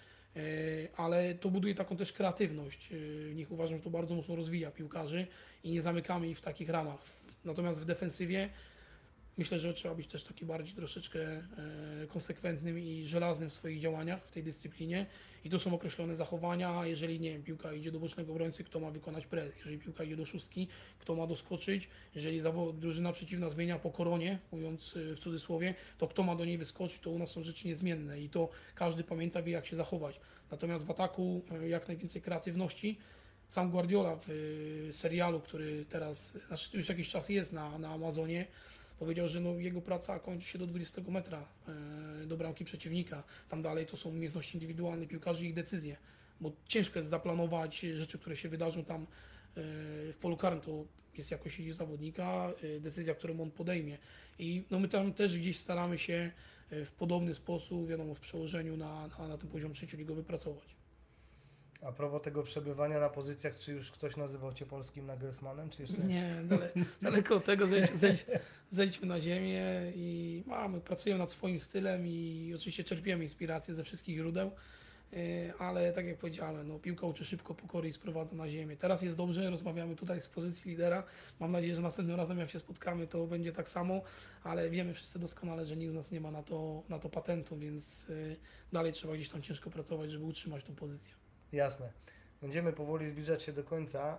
Ale to buduje taką też kreatywność. W nich uważam, że to bardzo mocno rozwija piłkarzy i nie zamykamy ich w takich ramach. Natomiast w defensywie myślę, że trzeba być też taki bardziej troszeczkę konsekwentnym i żelaznym w swoich działaniach w tej dyscyplinie i tu są określone zachowania. Jeżeli nie wiem, piłka idzie do bocznego obrońcy, kto ma wykonać pres, jeżeli piłka idzie do szóstki, kto ma doskoczyć, jeżeli drużyna przeciwna zmienia po koronie, mówiąc w cudzysłowie, to kto ma do niej wyskoczyć, to u nas są rzeczy niezmienne i to każdy pamięta, wie jak się zachować. Natomiast w ataku jak najwięcej kreatywności. Sam Guardiola w serialu, który teraz, znaczy już jakiś czas jest na, na Amazonie, powiedział, że no jego praca kończy się do dwudziestego metra e, do bramki przeciwnika. Tam dalej to są umiejętności indywidualne piłkarzy i ich decyzje, bo ciężko jest zaplanować rzeczy, które się wydarzą tam e, w polu karnym. To jest jakoś zawodnika, e, decyzja, którą on podejmie. I no my tam też gdzieś staramy się e, w podobny sposób, wiadomo, w przełożeniu na, na, na ten poziom trzecioligowy pracować. A propos tego przebywania na pozycjach, czy już ktoś nazywał Cię polskim Nagelsmannem, czy jeszcze? Nie, dale, daleko od tego, zejdź, zejdź, zejdźmy na ziemię i mamy, pracujemy nad swoim stylem i oczywiście czerpiemy inspirację ze wszystkich źródeł, ale tak jak powiedziałem, no, piłka uczy szybko, pokory i sprowadza na ziemię. Teraz jest dobrze, rozmawiamy tutaj z pozycji lidera, mam nadzieję, że następnym razem jak się spotkamy, to będzie tak samo, ale wiemy wszyscy doskonale, że nikt z nas nie ma na to, na to patentu, więc dalej trzeba gdzieś tam ciężko pracować, żeby utrzymać tą pozycję. Jasne. Będziemy powoli zbliżać się do końca.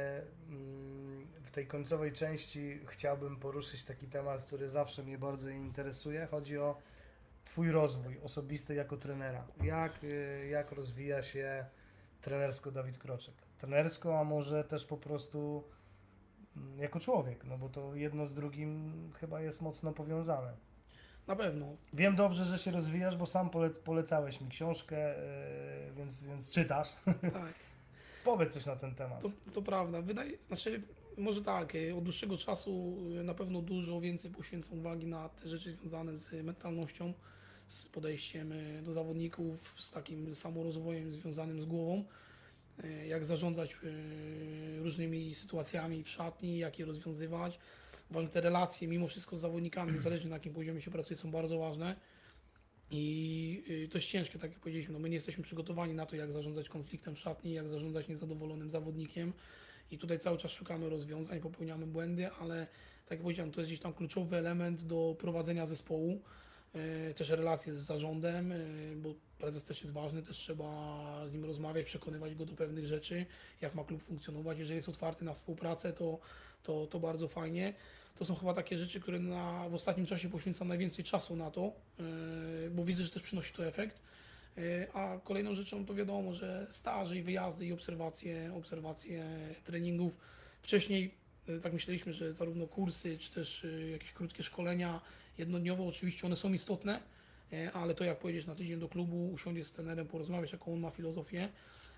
W tej końcowej części chciałbym poruszyć taki temat, który zawsze mnie bardzo interesuje. Chodzi o Twój rozwój osobisty jako trenera. Jak, jak rozwija się trenersko Dawid Kroczek? Trenersko, a może też po prostu jako człowiek, no bo to jedno z drugim chyba jest mocno powiązane. Na pewno. Wiem dobrze, że się rozwijasz, bo sam polec polecałeś mi książkę, yy, więc, więc czytasz. Tak. Powiedz coś na ten temat. To, to prawda. Wydaje, znaczy, może tak, od dłuższego czasu na pewno dużo więcej poświęcam uwagi na te rzeczy związane z mentalnością, z podejściem do zawodników, z takim samorozwojem związanym z głową, jak zarządzać różnymi sytuacjami w szatni, jak je rozwiązywać. Uważam, te relacje mimo wszystko z zawodnikami, niezależnie na jakim poziomie się pracuje, są bardzo ważne i to jest ciężkie, tak jak powiedzieliśmy, no my nie jesteśmy przygotowani na to, jak zarządzać konfliktem w szatni, jak zarządzać niezadowolonym zawodnikiem i tutaj cały czas szukamy rozwiązań, popełniamy błędy, ale tak jak powiedziałem, to jest gdzieś tam kluczowy element do prowadzenia zespołu, też relacje z zarządem, bo prezes też jest ważny, też trzeba z nim rozmawiać, przekonywać go do pewnych rzeczy, jak ma klub funkcjonować, jeżeli jest otwarty na współpracę, to To, to bardzo fajnie. To są chyba takie rzeczy, które na, w ostatnim czasie poświęcam najwięcej czasu na to, yy, bo widzę, że też przynosi to efekt. Yy, a kolejną rzeczą to wiadomo, że staże i wyjazdy i obserwacje, obserwacje treningów. Wcześniej yy, tak myśleliśmy, że zarówno kursy, czy też yy, jakieś krótkie szkolenia jednodniowe, oczywiście one są istotne, yy, ale to jak pojedziesz na tydzień do klubu, usiądziesz z trenerem, porozmawiać, jaką on ma filozofię,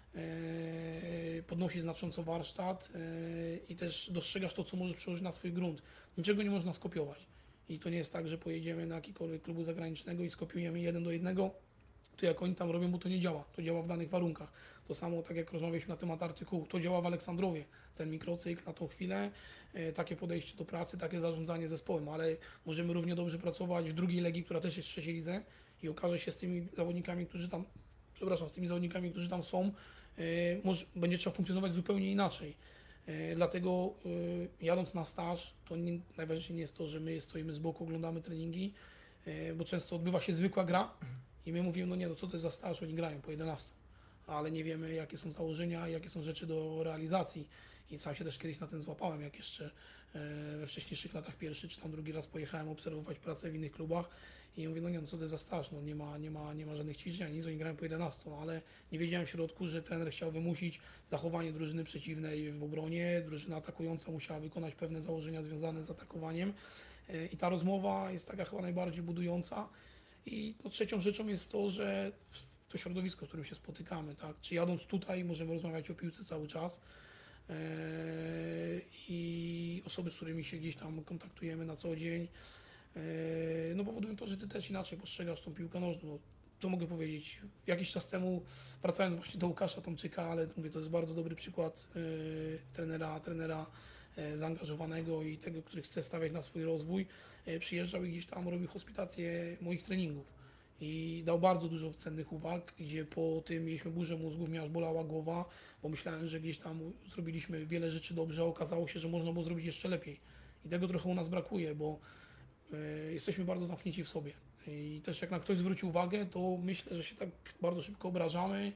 e, podnosi znacząco warsztat e, i też dostrzegasz to, co możesz przełożyć na swój grunt. Niczego nie można skopiować. I to nie jest tak, że pojedziemy na jakikolwiek klubu zagranicznego i skopiujemy jeden do jednego, to jak oni tam robią, bo to nie działa. To działa w danych warunkach. To samo tak jak rozmawialiśmy na temat artykułu, to działa w Aleksandrowie. Ten mikrocykl na tą chwilę, e, takie podejście do pracy, takie zarządzanie zespołem, ale możemy równie dobrze pracować w drugiej legii, która też jest w trzeciej lidze i okaże się z tymi zawodnikami, którzy tam, przepraszam, z tymi zawodnikami, którzy tam są, e, może, będzie trzeba funkcjonować zupełnie inaczej. E, dlatego e, jadąc na staż, to nie, najważniejsze nie jest to, że my stoimy z boku, oglądamy treningi, e, bo często odbywa się zwykła gra i my mówimy, no nie, no co to jest za staż, oni grają po jedenastu, ale nie wiemy, jakie są założenia, jakie są rzeczy do realizacji. I sam się też kiedyś na tym złapałem, jak jeszcze e, we wcześniejszych latach pierwszy czy tam drugi raz pojechałem obserwować pracę w innych klubach i mówię, no nie, no co to jest za staż, no nie ma, nie ma, nie ma żadnych ćwiczeń, nic, oni grają po jedenastu, no, ale nie wiedziałem w środku, że trener chciał wymusić zachowanie drużyny przeciwnej w obronie, drużyna atakująca musiała wykonać pewne założenia związane z atakowaniem e, i ta rozmowa jest taka chyba najbardziej budująca. I no, trzecią rzeczą jest to, że to środowisko, w którym się spotykamy, tak? Czy jadąc tutaj możemy rozmawiać o piłce cały czas yy, i osoby, z którymi się gdzieś tam kontaktujemy na co dzień, yy, no powodują to, że Ty też inaczej postrzegasz tą piłkę nożną. Co mogę powiedzieć? Jakiś czas temu, wracając właśnie do Łukasza Tomczyka, ale mówię, to jest bardzo dobry przykład yy, trenera, trenera yy, zaangażowanego i tego, który chce stawiać na swój rozwój, yy, przyjeżdżał i gdzieś tam robił hospitację moich treningów. I dał bardzo dużo cennych uwag, gdzie po tym mieliśmy burzę mózgów, mnie aż bolała głowa, bo myślałem, że gdzieś tam zrobiliśmy wiele rzeczy dobrze, a okazało się, że można było zrobić jeszcze lepiej. I tego trochę u nas brakuje, bo y, jesteśmy bardzo zamknięci w sobie. I też jak na ktoś zwróci uwagę, to myślę, że się tak bardzo szybko obrażamy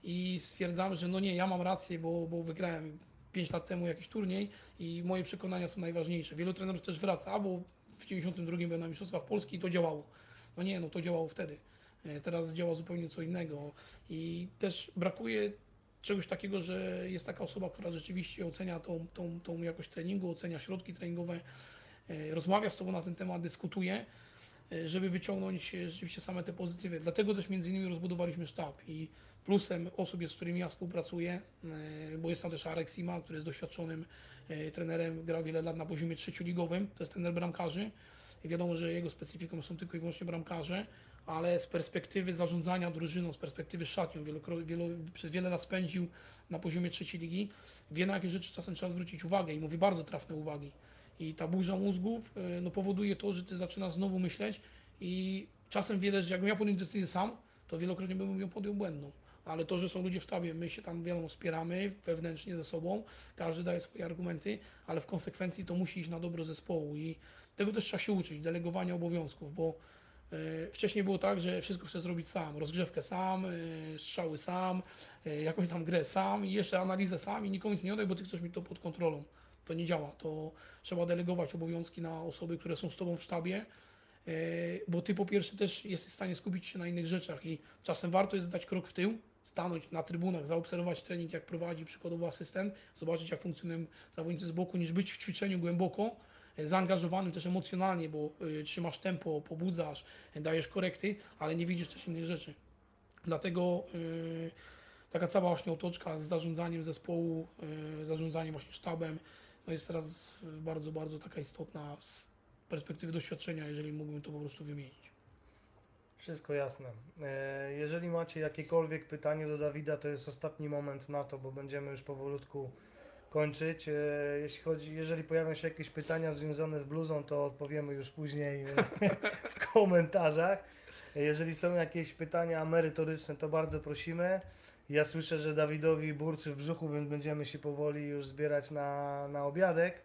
i stwierdzamy, że no nie, ja mam rację, bo, bo wygrałem pięć lat temu jakiś turniej i moje przekonania są najważniejsze. Wielu trenerów też wraca, bo w dziewięćdziesiątym drugim byłem na Mistrzostwach Polski i to działało. No nie, no to działało wtedy. Teraz działa zupełnie co innego i też brakuje czegoś takiego, że jest taka osoba, która rzeczywiście ocenia tą, tą, tą jakość treningu, ocenia środki treningowe, rozmawia z Tobą na ten temat, dyskutuje, żeby wyciągnąć rzeczywiście same te pozytywy. Dlatego też między innymi rozbudowaliśmy sztab i plusem osób, z którymi ja współpracuję, bo jest tam też Arek Sima, który jest doświadczonym trenerem, grał wiele lat na poziomie trzecioligowym, to jest trener bramkarzy. I wiadomo, że jego specyfiką są tylko i wyłącznie bramkarze, ale z perspektywy zarządzania drużyną, z perspektywy szatnią, wielo, przez wiele lat spędził na poziomie trzeciej ligi, wie, na jakie rzeczy czasem trzeba zwrócić uwagę i mówi bardzo trafne uwagi. I ta burza mózgów no, powoduje to, że Ty zaczynasz znowu myśleć i czasem wiele, że jakbym ja podjął decyzję sam, to wielokrotnie bym ją podjął błędną. Ale to, że są ludzie w sztabie, my się tam wiadomo wspieramy wewnętrznie ze sobą, każdy daje swoje argumenty, ale w konsekwencji to musi iść na dobro zespołu i tego też trzeba się uczyć, delegowania obowiązków, bo y, wcześniej było tak, że wszystko chcę zrobić sam, rozgrzewkę sam, y, strzały sam, y, jakąś tam grę sam i jeszcze analizę sam i nikomu nic nie oddaj, bo Ty chcesz mieć to pod kontrolą. To nie działa, to trzeba delegować obowiązki na osoby, które są z Tobą w sztabie, y, bo Ty po pierwsze też jesteś w stanie skupić się na innych rzeczach i czasem warto jest dać krok w tył, stanąć na trybunach, zaobserwować trening, jak prowadzi przykładowo asystent, zobaczyć, jak funkcjonują zawodnicy z boku, niż być w ćwiczeniu głęboko, zaangażowanym też emocjonalnie, bo y, trzymasz tempo, pobudzasz, dajesz korekty, ale nie widzisz też innych rzeczy. Dlatego y, taka cała właśnie otoczka z zarządzaniem zespołu, y, zarządzaniem właśnie sztabem, no jest teraz bardzo, bardzo taka istotna z perspektywy doświadczenia, jeżeli mógłbym to po prostu wymienić. Wszystko jasne. E, Jeżeli macie jakiekolwiek pytanie do Dawida, to jest ostatni moment na to, bo będziemy już powolutku kończyć. E, Jeśli chodzi, jeżeli pojawią się jakieś pytania związane z bluzą, to odpowiemy już później w komentarzach. Jeżeli są jakieś pytania merytoryczne, to bardzo prosimy. Ja słyszę, że Dawidowi burczy w brzuchu, więc będziemy się powoli już zbierać na, na obiadek.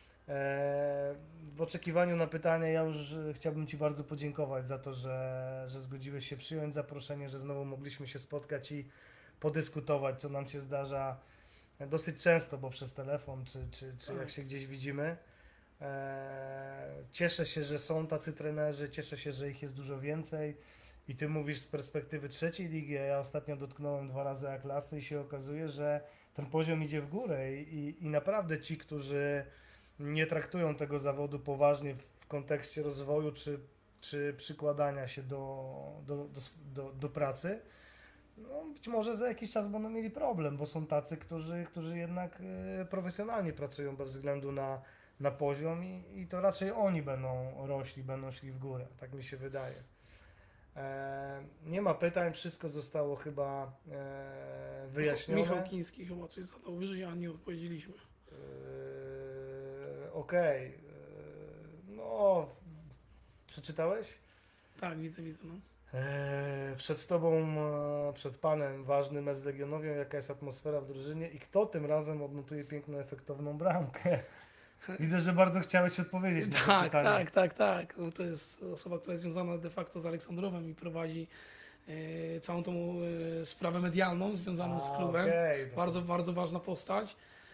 W oczekiwaniu na pytania ja już chciałbym Ci bardzo podziękować za to, że, że zgodziłeś się przyjąć zaproszenie, że znowu mogliśmy się spotkać i podyskutować, co nam się zdarza dosyć często, bo przez telefon, czy, czy, czy jak się gdzieś widzimy. Cieszę się, że są tacy trenerzy, cieszę się, że ich jest dużo więcej i Ty mówisz z perspektywy trzeciej ligi, a ja ostatnio dotknąłem dwa razy A-klasy i się okazuje, że ten poziom idzie w górę i, i naprawdę ci, którzy nie traktują tego zawodu poważnie w kontekście rozwoju czy, czy przykładania się do, do, do, do, do pracy, no, być może za jakiś czas będą mieli problem, bo są tacy, którzy, którzy jednak e, profesjonalnie pracują bez względu na, na poziom i, i to raczej oni będą rośli, będą szli w górę, tak mi się wydaje. E, nie ma pytań, wszystko zostało chyba e, wyjaśnione. Michał Kiński chyba coś zadał wyżej, a nie odpowiedzieliśmy. E, Okej, e, no przeczytałeś? Tak, widzę, widzę. No. Eee, przed tobą, e, przed panem ważnym S Legionowią, jaka jest atmosfera w drużynie i kto tym razem odnotuje piękną, efektowną bramkę? Widzę, że bardzo chciałeś odpowiedzieć na to Tak, pytanie. tak, tak, tak. No to jest osoba, która jest związana de facto z Aleksandrowem i prowadzi e, całą tą e, sprawę medialną związaną z A, klubem. okej, no to- Bardzo, bardzo ważna postać.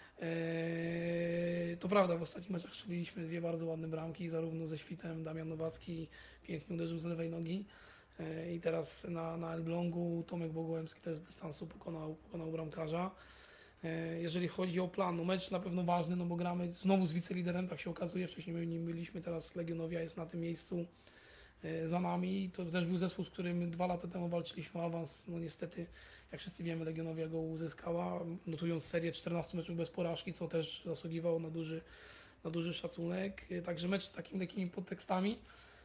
E, to prawda, w ostatnich meczach strzeliliśmy dwie bardzo ładne bramki, zarówno ze świtem Damian Nowacki pięknie uderzył z lewej nogi. E, I teraz na, na Elblągu Tomek Bogołębski też z dystansu pokonał, pokonał bramkarza. E, Jeżeli chodzi o plan, no mecz na pewno ważny, no bo gramy znowu z wiceliderem, tak się okazuje. Wcześniej my nim byliśmy, teraz Legionowia jest na tym miejscu e, za nami. To też był zespół, z którym dwa lata temu walczyliśmy o awans. No niestety, jak wszyscy wiemy, Legionowia go uzyskała, notując serię czternastu meczów bez porażki, co też zasługiwało na duży, na duży szacunek. E, Także mecz z takimi takimi podtekstami.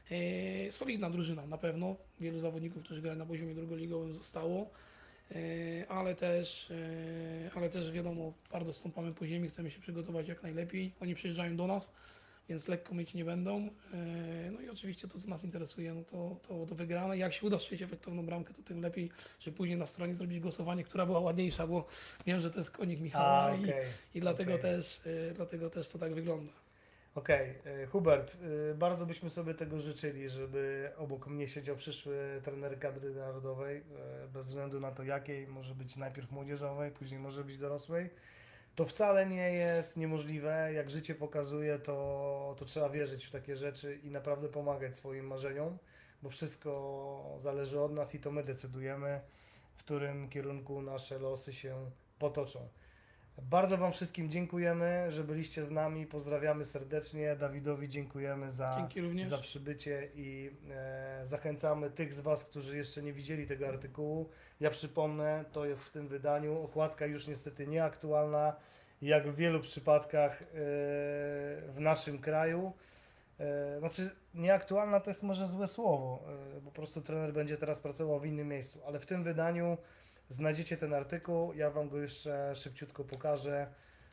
E, Solidna drużyna na pewno. Wielu zawodników, którzy grali na poziomie drugoligowym, zostało. E, Ale też, e, ale też wiadomo, twardo stąpamy po ziemi, chcemy się przygotować jak najlepiej. Oni przyjeżdżają do nas, więc lekko mieć nie będą. E, No i oczywiście to, co nas interesuje, no to, to, to wygrane. Jak się uda strzelić efektowną bramkę, to tym lepiej, żeby później na stronie zrobić głosowanie, która była ładniejsza, bo wiem, że to jest konik Michała A, i, okej, i dlatego, okej. też, e, dlatego też to tak wygląda. Okej, e, Hubert, e, bardzo byśmy sobie tego życzyli, żeby obok mnie siedział przyszły trener kadry narodowej, e, bez względu na to jakiej, może być najpierw młodzieżowej, później może być dorosłej. To wcale nie jest niemożliwe, jak życie pokazuje, to, to trzeba wierzyć w takie rzeczy i naprawdę pomagać swoim marzeniom, bo wszystko zależy od nas i to my decydujemy, w którym kierunku nasze losy się potoczą. Bardzo Wam wszystkim dziękujemy, że byliście z nami. Pozdrawiamy serdecznie. Dawidowi dziękujemy za, Dzięki również. za przybycie i e, zachęcamy tych z Was, którzy jeszcze nie widzieli tego artykułu. Ja przypomnę, to jest w tym wydaniu. Okładka już niestety nieaktualna, jak w wielu przypadkach e, w naszym kraju. E, znaczy nieaktualna to jest może złe słowo, e, bo po prostu trener będzie teraz pracował w innym miejscu, ale w tym wydaniu znajdziecie ten artykuł, ja Wam go jeszcze szybciutko pokażę,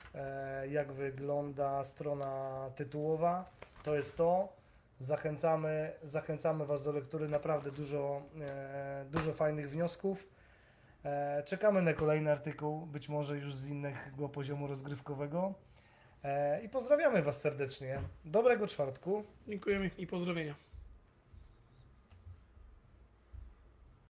e, jak wygląda strona tytułowa. To jest to. Zachęcamy, zachęcamy Was do lektury, naprawdę dużo, e, dużo fajnych wniosków. E, czekamy na kolejny artykuł, być może już z innego poziomu rozgrywkowego. E, I pozdrawiamy Was serdecznie. Dobrego czwartku. Dziękujemy i pozdrowienia.